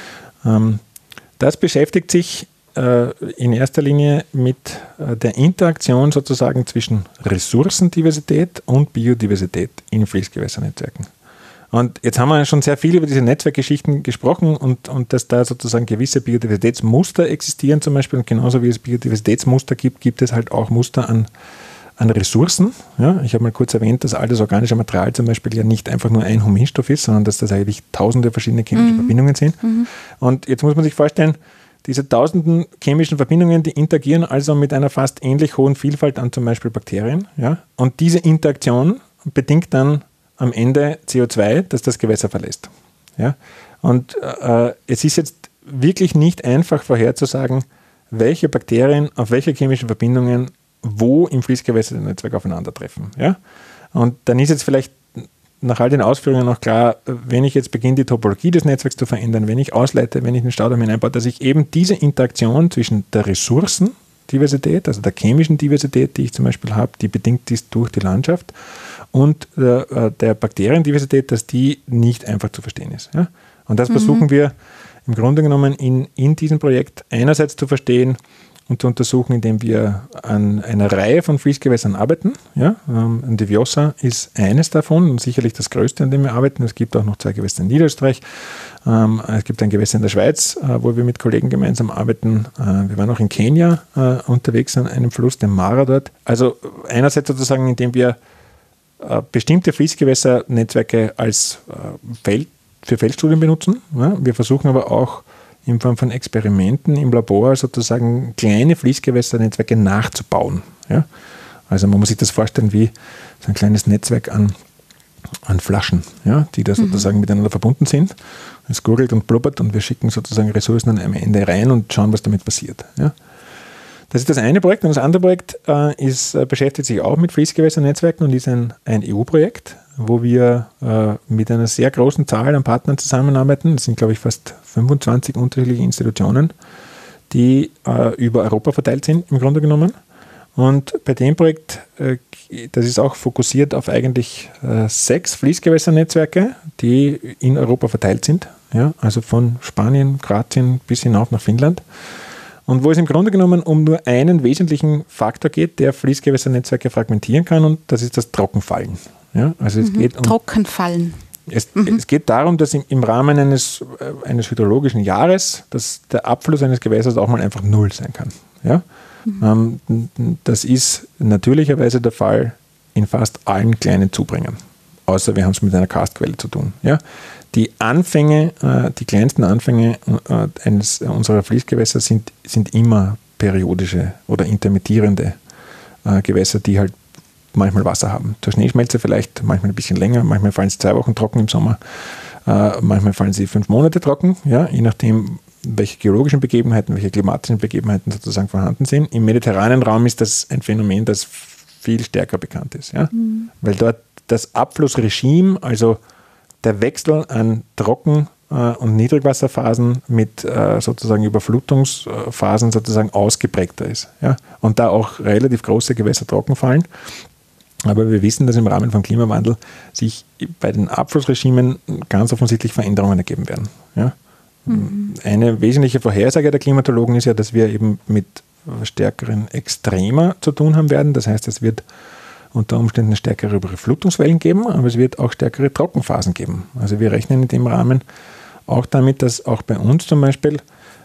Das beschäftigt sich in erster Linie mit der Interaktion sozusagen zwischen Ressourcendiversität und Biodiversität in Fließgewässernetzwerken. Und jetzt haben wir schon sehr viel über diese Netzwerkgeschichten gesprochen und dass da sozusagen gewisse Biodiversitätsmuster existieren zum Beispiel und genauso wie es Biodiversitätsmuster gibt es halt auch Muster an Ressourcen. Ja, ich habe mal kurz erwähnt, dass all das organische Material zum Beispiel ja nicht einfach nur ein Huminstoff ist, sondern dass das eigentlich tausende verschiedene chemische Verbindungen sind. Und jetzt muss man sich vorstellen, diese tausenden chemischen Verbindungen, die interagieren also mit einer fast ähnlich hohen Vielfalt an zum Beispiel Bakterien. Ja? Und diese Interaktion bedingt dann am Ende CO2, das das Gewässer verlässt. Ja? Und es ist jetzt wirklich nicht einfach vorherzusagen, welche Bakterien auf welche chemischen Verbindungen wo im Fließgewässernetzwerk aufeinandertreffen. Ja? Und dann ist jetzt vielleicht nach all den Ausführungen noch klar, wenn ich jetzt beginne, die Topologie des Netzwerks zu verändern, wenn ich ausleite, wenn ich einen Staudamm hineinbaue, dass ich eben diese Interaktion zwischen der Ressourcendiversität, also der chemischen Diversität, die ich zum Beispiel habe, die bedingt ist durch die Landschaft, und der Bakteriendiversität, dass die nicht einfach zu verstehen ist. Ja? Und das versuchen wir im Grunde genommen in diesem Projekt einerseits zu verstehen und zu untersuchen, indem wir an einer Reihe von Fließgewässern arbeiten. Ja? Und die Vjosa ist eines davon und sicherlich das größte, an dem wir arbeiten. Es gibt auch noch 2 Gewässer in Niederösterreich. Es gibt ein Gewässer in der Schweiz, wo wir mit Kollegen gemeinsam arbeiten. Wir waren auch in Kenia unterwegs an einem Fluss, dem Mara dort. Also einerseits sozusagen, indem wir bestimmte Fließgewässernetzwerke als für Feldstudien benutzen. Ja? Wir versuchen aber auch in Form von Experimenten im Labor sozusagen kleine Fließgewässernetzwerke nachzubauen. Ja? Also man muss sich das vorstellen wie so ein kleines Netzwerk an Flaschen, ja? Die da sozusagen miteinander verbunden sind. Es gurgelt und blubbert und wir schicken sozusagen Ressourcen dann am Ende rein und schauen, was damit passiert. Ja? Das ist das eine Projekt und das andere Projekt beschäftigt sich auch mit Fließgewässernetzwerken und ist ein EU-Projekt, wo wir mit einer sehr großen Zahl an Partnern zusammenarbeiten. Das sind, glaube ich, fast 25 unterschiedliche Institutionen, die über Europa verteilt sind, im Grunde genommen. Und bei dem Projekt, das ist auch fokussiert auf eigentlich 6 Fließgewässernetzwerke, die in Europa verteilt sind. Ja? Also von Spanien, Kroatien bis hinauf nach Finnland. Und wo es im Grunde genommen um nur einen wesentlichen Faktor geht, der Fließgewässernetzwerke fragmentieren kann, und das ist das Trockenfallen. Ja, also es geht um Trockenfallen. Es geht darum, dass im Rahmen eines hydrologischen Jahres, dass der Abfluss eines Gewässers auch mal einfach 0 sein kann. Ja? Das ist natürlicherweise der Fall in fast allen kleinen Zubringern. Außer wir haben es mit einer Karstquelle zu tun. Ja? Die Anfänge, die kleinsten Anfänge unserer Fließgewässer sind immer periodische oder intermittierende Gewässer, die halt manchmal Wasser haben. Zur Schneeschmelze vielleicht manchmal ein bisschen länger, manchmal fallen sie 2 Wochen trocken im Sommer, manchmal fallen sie 5 Monate trocken, ja, je nachdem, welche geologischen Begebenheiten, welche klimatischen Begebenheiten sozusagen vorhanden sind. Im mediterranen Raum ist das ein Phänomen, das viel stärker bekannt ist, ja? Weil dort das Abflussregime, also der Wechsel an Trocken- und Niedrigwasserphasen mit sozusagen Überflutungsphasen sozusagen ausgeprägter ist. Ja? Und da auch relativ große Gewässer trocken fallen. Aber wir wissen, dass im Rahmen vom Klimawandel sich bei den Abflussregimen ganz offensichtlich Veränderungen ergeben werden. Ja? Eine wesentliche Vorhersage der Klimatologen ist ja, dass wir eben mit stärkeren Extremer zu tun haben werden. Das heißt, es wird unter Umständen stärkere Überflutungswellen geben, aber es wird auch stärkere Trockenphasen geben. Also wir rechnen in dem Rahmen auch damit, dass auch bei uns zum Beispiel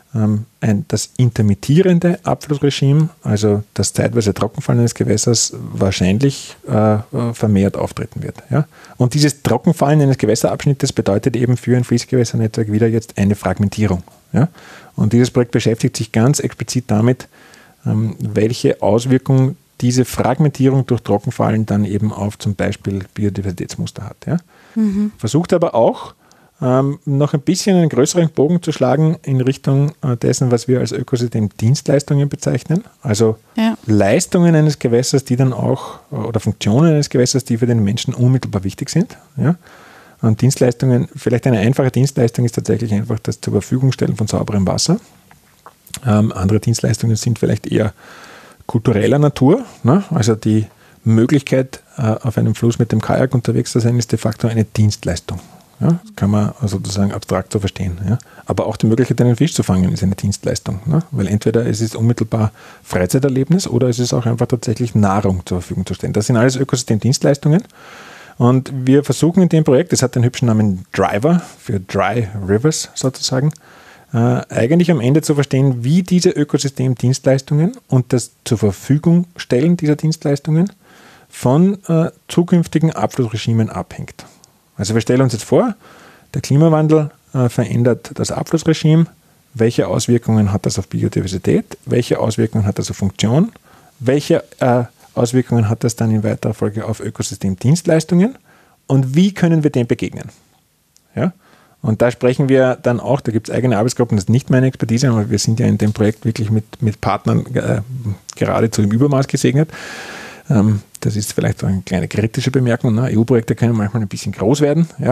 das intermittierende Abflussregime, also das zeitweise Trockenfallen eines Gewässers, wahrscheinlich vermehrt auftreten wird. Ja? Und dieses Trockenfallen eines Gewässerabschnittes bedeutet eben für ein Fließgewässernetzwerk wieder jetzt eine Fragmentierung. Ja? Und dieses Projekt beschäftigt sich ganz explizit damit, welche Auswirkungen diese Fragmentierung durch Trockenfallen dann eben auf zum Beispiel Biodiversitätsmuster hat. Ja? Versucht aber auch, noch ein bisschen einen größeren Bogen zu schlagen in Richtung dessen, was wir als Ökosystemdienstleistungen bezeichnen. Also Leistungen eines Gewässers, die dann auch, oder Funktionen eines Gewässers, die für den Menschen unmittelbar wichtig sind. Ja? Und Dienstleistungen, vielleicht eine einfache Dienstleistung ist tatsächlich einfach das zur Verfügung stellen von sauberem Wasser. Andere Dienstleistungen sind vielleicht eher kultureller Natur. Ne? Also die Möglichkeit, auf einem Fluss mit dem Kajak unterwegs zu sein, ist de facto eine Dienstleistung. Ja? Das kann man sozusagen abstrakt so verstehen. Ja? Aber auch die Möglichkeit, einen Fisch zu fangen, ist eine Dienstleistung. Ne? Weil entweder es ist unmittelbar Freizeiterlebnis oder es ist auch einfach tatsächlich Nahrung zur Verfügung zu stellen. Das sind alles Ökosystemdienstleistungen. Und wir versuchen in dem Projekt, das hat den hübschen Namen Driver, für Dry Rivers sozusagen, eigentlich am Ende zu verstehen, wie diese Ökosystemdienstleistungen und das zur Verfügung stellen dieser Dienstleistungen von zukünftigen Abflussregimen abhängt. Also wir stellen uns jetzt vor, der Klimawandel verändert das Abflussregime. Welche Auswirkungen hat das auf Biodiversität? Welche Auswirkungen hat das auf Funktion? Welche Auswirkungen hat das dann in weiterer Folge auf Ökosystemdienstleistungen? Und wie können wir dem begegnen? Ja? Und da sprechen wir dann auch, da gibt es eigene Arbeitsgruppen, das ist nicht meine Expertise, aber wir sind ja in dem Projekt wirklich mit Partnern geradezu im Übermaß gesegnet. Das ist vielleicht eine kleine kritische Bemerkung. Ne? EU-Projekte können manchmal ein bisschen groß werden. Ja?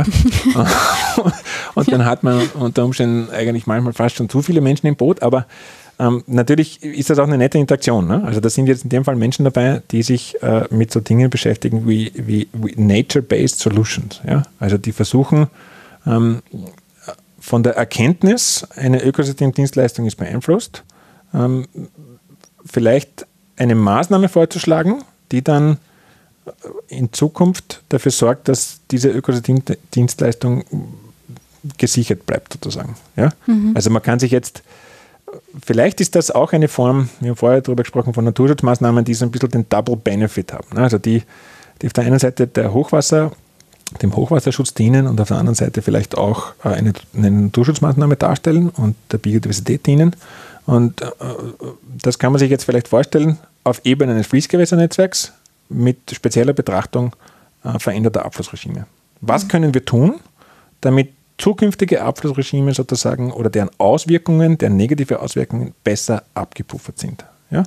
Und dann hat man unter Umständen eigentlich manchmal fast schon zu viele Menschen im Boot, aber natürlich ist das auch eine nette Interaktion. Ne? Also da sind jetzt in dem Fall Menschen dabei, die sich mit so Dingen beschäftigen wie Nature-Based Solutions. Ja? Also die versuchen, von der Erkenntnis, eine Ökosystemdienstleistung ist beeinflusst, vielleicht eine Maßnahme vorzuschlagen, die dann in Zukunft dafür sorgt, dass diese Ökosystemdienstleistung gesichert bleibt, sozusagen. Ja? Also man kann sich jetzt, vielleicht ist das auch eine Form, wir haben vorher darüber gesprochen, von Naturschutzmaßnahmen, die so ein bisschen den Double Benefit haben. Ne? Also die auf der einen Seite dem Hochwasserschutz dienen und auf der anderen Seite vielleicht auch eine Naturschutzmaßnahme darstellen und der Biodiversität dienen. Und das kann man sich jetzt vielleicht vorstellen auf Ebene eines Fließgewässernetzwerks mit spezieller Betrachtung veränderter Abflussregime. Was können wir tun, damit zukünftige Abflussregime sozusagen oder deren Auswirkungen, deren negative Auswirkungen besser abgepuffert sind? Ja?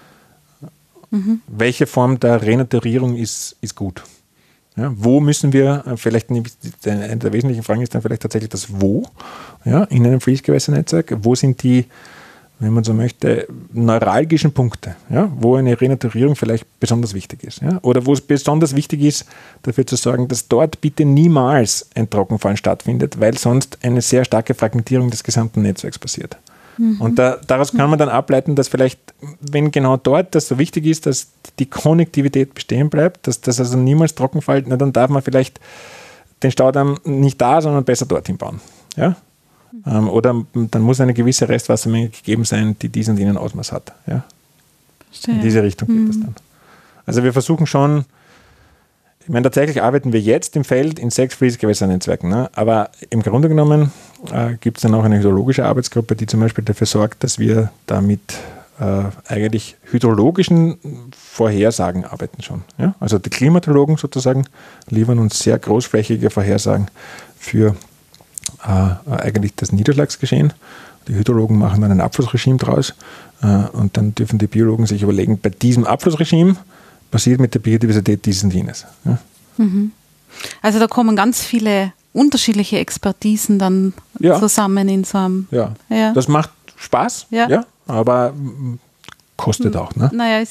Welche Form der Renaturierung ist gut? Ja, wo müssen wir, vielleicht eine der wesentlichen Fragen ist dann vielleicht tatsächlich das Wo, ja, in einem Fließgewässernetzwerk. Wo sind die, wenn man so möchte, neuralgischen Punkte, ja, wo eine Renaturierung vielleicht besonders wichtig ist. Ja, oder wo es besonders wichtig ist, dafür zu sorgen, dass dort bitte niemals ein Trockenfallen stattfindet, weil sonst eine sehr starke Fragmentierung des gesamten Netzwerks passiert. Und daraus kann man dann ableiten, dass vielleicht, wenn genau dort das so wichtig ist, dass die Konnektivität bestehen bleibt, dass das also niemals trocken fällt, na, dann darf man vielleicht den Staudamm nicht da, sondern besser dorthin bauen. Ja? Oder dann muss eine gewisse Restwassermenge gegeben sein, die diesen und jenen Ausmaß hat. Ja? In diese Richtung geht das dann. Also wir versuchen schon, ich meine, tatsächlich arbeiten wir jetzt im Feld in 6 Fließgewässernetzwerken, ne? Aber im Grunde genommen gibt es dann auch eine hydrologische Arbeitsgruppe, die zum Beispiel dafür sorgt, dass wir da mit eigentlich hydrologischen Vorhersagen arbeiten schon. Ja? Also die Klimatologen sozusagen liefern uns sehr großflächige Vorhersagen für eigentlich das Niederschlagsgeschehen. Die Hydrologen machen dann ein Abflussregime draus und dann dürfen die Biologen sich überlegen, bei diesem Abflussregime passiert mit der Biodiversität dieses und jenes. Ja? Also da kommen ganz viele unterschiedliche Expertisen dann zusammen in so einem... Ja, das macht Spaß, ja, aber kostet auch. Ne? Naja,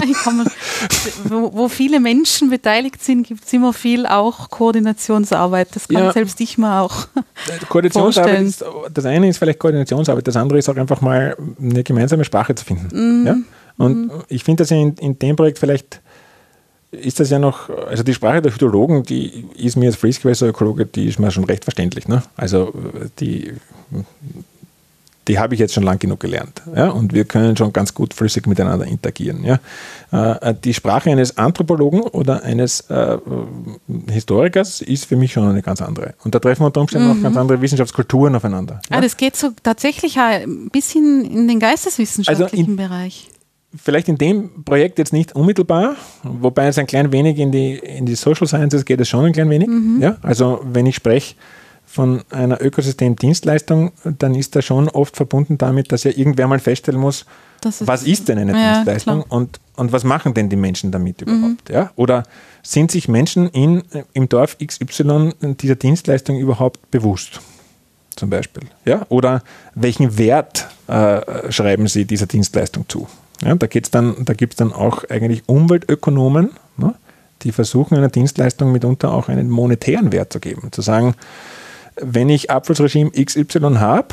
wo viele Menschen beteiligt sind, gibt es immer viel auch Koordinationsarbeit. Das kann selbst ich mir auch Koordinationsarbeit ist, das eine ist vielleicht Koordinationsarbeit, das andere ist auch einfach mal eine gemeinsame Sprache zu finden. Ja? Und ich finde, dass in dem Projekt vielleicht ist das ja noch, also die Sprache der Hydrologen, die ist mir als Fließgewässerökologe, die ist mir schon recht verständlich. Ne? Also die habe ich jetzt schon lang genug gelernt. Ja? Und wir können schon ganz gut flüssig miteinander interagieren. Ja? Die Sprache eines Anthropologen oder eines Historikers ist für mich schon eine ganz andere. Und da treffen wir unter Umständen auch ganz andere Wissenschaftskulturen aufeinander. Ja? Das geht so tatsächlich ein bisschen in den geisteswissenschaftlichen Bereich. Vielleicht in dem Projekt jetzt nicht unmittelbar, wobei es ein klein wenig in die Social Sciences geht es schon ein klein wenig. Ja? Also wenn ich spreche von einer Ökosystemdienstleistung, dann ist das schon oft verbunden damit, dass ja irgendwer mal feststellen muss, was ist denn eine Dienstleistung und was machen denn die Menschen damit überhaupt? Ja? Oder sind sich Menschen im Dorf XY dieser Dienstleistung überhaupt bewusst? Zum Beispiel. Ja? Oder welchen Wert schreiben sie dieser Dienstleistung zu? Ja, da gibt es dann auch eigentlich Umweltökonomen, ne, die versuchen, einer Dienstleistung mitunter auch einen monetären Wert zu geben. Zu sagen, wenn ich Abflussregime XY habe,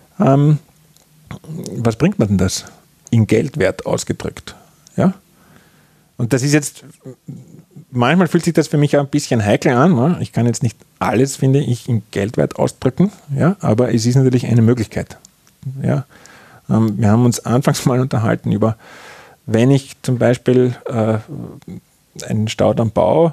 was bringt mir denn das in Geldwert ausgedrückt? Ja? Und das ist jetzt, manchmal fühlt sich das für mich auch ein bisschen heikel an. Ne? Ich kann jetzt nicht alles, finde ich, in Geldwert ausdrücken, ja? Aber es ist natürlich eine Möglichkeit. Ja? Wir haben uns anfangs mal unterhalten über, wenn ich zum Beispiel einen Staudamm baue,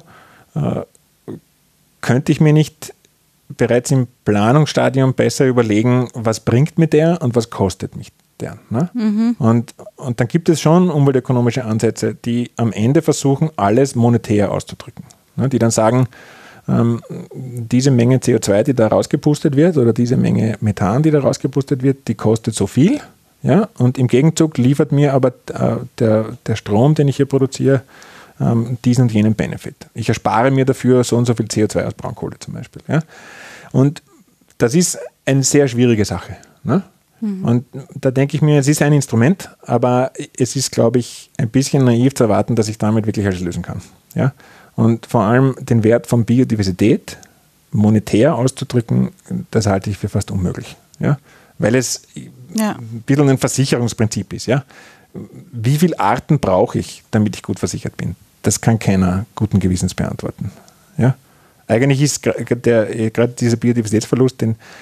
könnte ich mir nicht bereits im Planungsstadium besser überlegen, was bringt mir der und was kostet mich der. Ne? Und dann gibt es schon umweltökonomische Ansätze, die am Ende versuchen, alles monetär auszudrücken. Ne? Die dann sagen, diese Menge CO2, die da rausgepustet wird, oder diese Menge Methan, die da rausgepustet wird, die kostet so viel. Ja, und im Gegenzug liefert mir aber der Strom, den ich hier produziere, diesen und jenen Benefit. Ich erspare mir dafür so und so viel CO2 aus Braunkohle zum Beispiel. Ja. Und das ist eine sehr schwierige Sache. Ne? Und da denke ich mir, es ist ein Instrument, aber es ist, glaube ich, ein bisschen naiv zu erwarten, dass ich damit wirklich alles lösen kann. Ja. Und vor allem den Wert von Biodiversität monetär auszudrücken, das halte ich für fast unmöglich. Ja. Weil es ein bisschen ein Versicherungsprinzip ist. Ja? Wie viele Arten brauche ich, damit ich gut versichert bin? Das kann keiner guten Gewissens beantworten. Ja? Eigentlich ist gerade dieser Biodiversitätsverlust,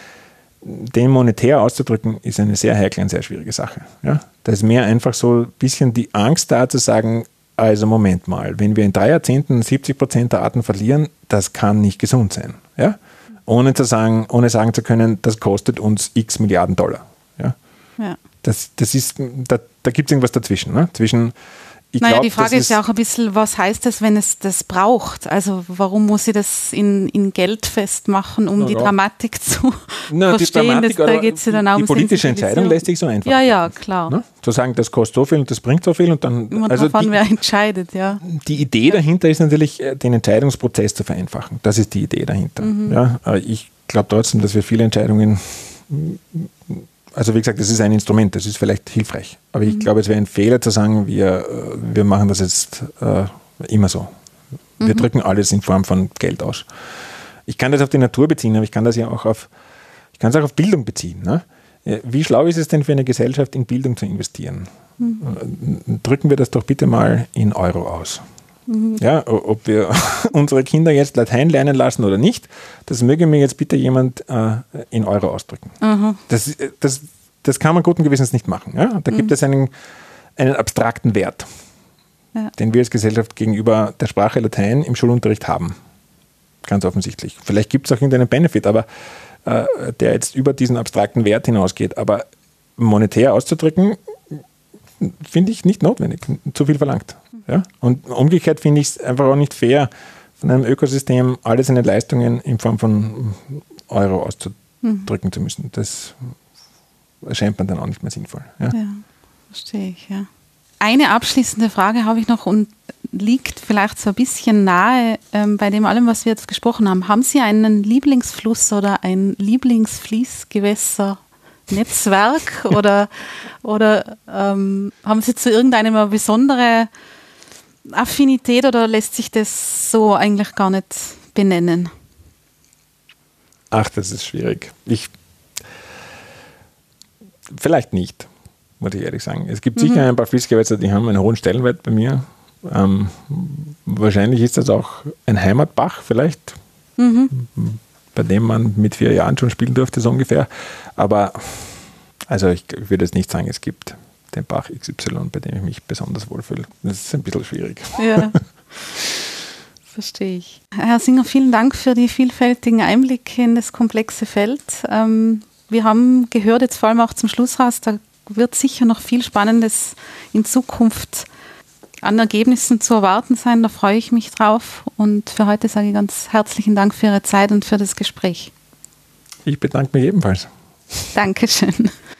den monetär auszudrücken, ist eine sehr heikle und sehr schwierige Sache. Ja? Da ist mehr einfach so ein bisschen die Angst da zu sagen, also Moment mal, wenn wir in 3 Jahrzehnten 70% der Arten verlieren, das kann nicht gesund sein. Ja? Ohne sagen zu können, das kostet uns x Milliarden Dollar. Ja. Das ist, da gibt es irgendwas dazwischen. Ne? Die Frage ist ja auch ein bisschen, was heißt das, wenn es das braucht? Also warum muss ich das in Geld festmachen, um die Dramatik zu verstehen? Da geht's ja dann auch die politische Entscheidung lässt sich so einfach. Ja, klar. Ne? Zu sagen, das kostet so viel und das bringt so viel. Und dann, wer entscheidet, ja. Die Idee dahinter ist natürlich, den Entscheidungsprozess zu vereinfachen. Das ist die Idee dahinter. Ja? Ich glaube trotzdem, dass wir viele Entscheidungen... Also wie gesagt, das ist ein Instrument, das ist vielleicht hilfreich. Aber ich glaube, es wäre ein Fehler zu sagen, wir machen das jetzt immer so. Wir drücken alles in Form von Geld aus. Ich kann das auf die Natur beziehen, aber ich kann das ja auch auf Bildung beziehen. Ne? Wie schlau ist es denn für eine Gesellschaft, in Bildung zu investieren? Drücken wir das doch bitte mal in Euro aus. Ja, ob wir unsere Kinder jetzt Latein lernen lassen oder nicht, das möge mir jetzt bitte jemand in Euro ausdrücken. Das kann man guten Gewissens nicht machen. Ja? Da gibt es einen abstrakten Wert, den wir als Gesellschaft gegenüber der Sprache Latein im Schulunterricht haben. Ganz offensichtlich. Vielleicht gibt es auch irgendeinen Benefit, aber der jetzt über diesen abstrakten Wert hinausgeht. Aber monetär auszudrücken, finde ich nicht notwendig, zu viel verlangt. Ja? Und umgekehrt finde ich es einfach auch nicht fair, von einem Ökosystem alle seine Leistungen in Form von Euro auszudrücken zu müssen. Das erscheint mir dann auch nicht mehr sinnvoll. Ja, ja, verstehe ich, ja. Eine abschließende Frage habe ich noch und liegt vielleicht so ein bisschen nahe bei dem allem, was wir jetzt gesprochen haben. Haben Sie einen Lieblingsfluss oder ein Lieblingsfließgewässernetzwerk oder haben Sie zu irgendeinem eine besondere Affinität oder lässt sich das so eigentlich gar nicht benennen? Ach, das ist schwierig. Vielleicht nicht, muss ich ehrlich sagen. Es gibt sicher ein paar Fließgewässer, die haben einen hohen Stellenwert bei mir. Wahrscheinlich ist das auch ein Heimatbach vielleicht, bei dem man mit 4 Jahren schon spielen durfte, so ungefähr. Aber also ich würde jetzt nicht sagen, es gibt den Bach XY, bei dem ich mich besonders wohlfühle. Das ist ein bisschen schwierig. Ja, verstehe ich. Herr Singer, vielen Dank für die vielfältigen Einblicke in das komplexe Feld. Wir haben gehört, jetzt vor allem auch zum Schluss raus, da wird sicher noch viel Spannendes in Zukunft an Ergebnissen zu erwarten sein. Da freue ich mich drauf. Und für heute sage ich ganz herzlichen Dank für Ihre Zeit und für das Gespräch. Ich bedanke mich ebenfalls. Dankeschön.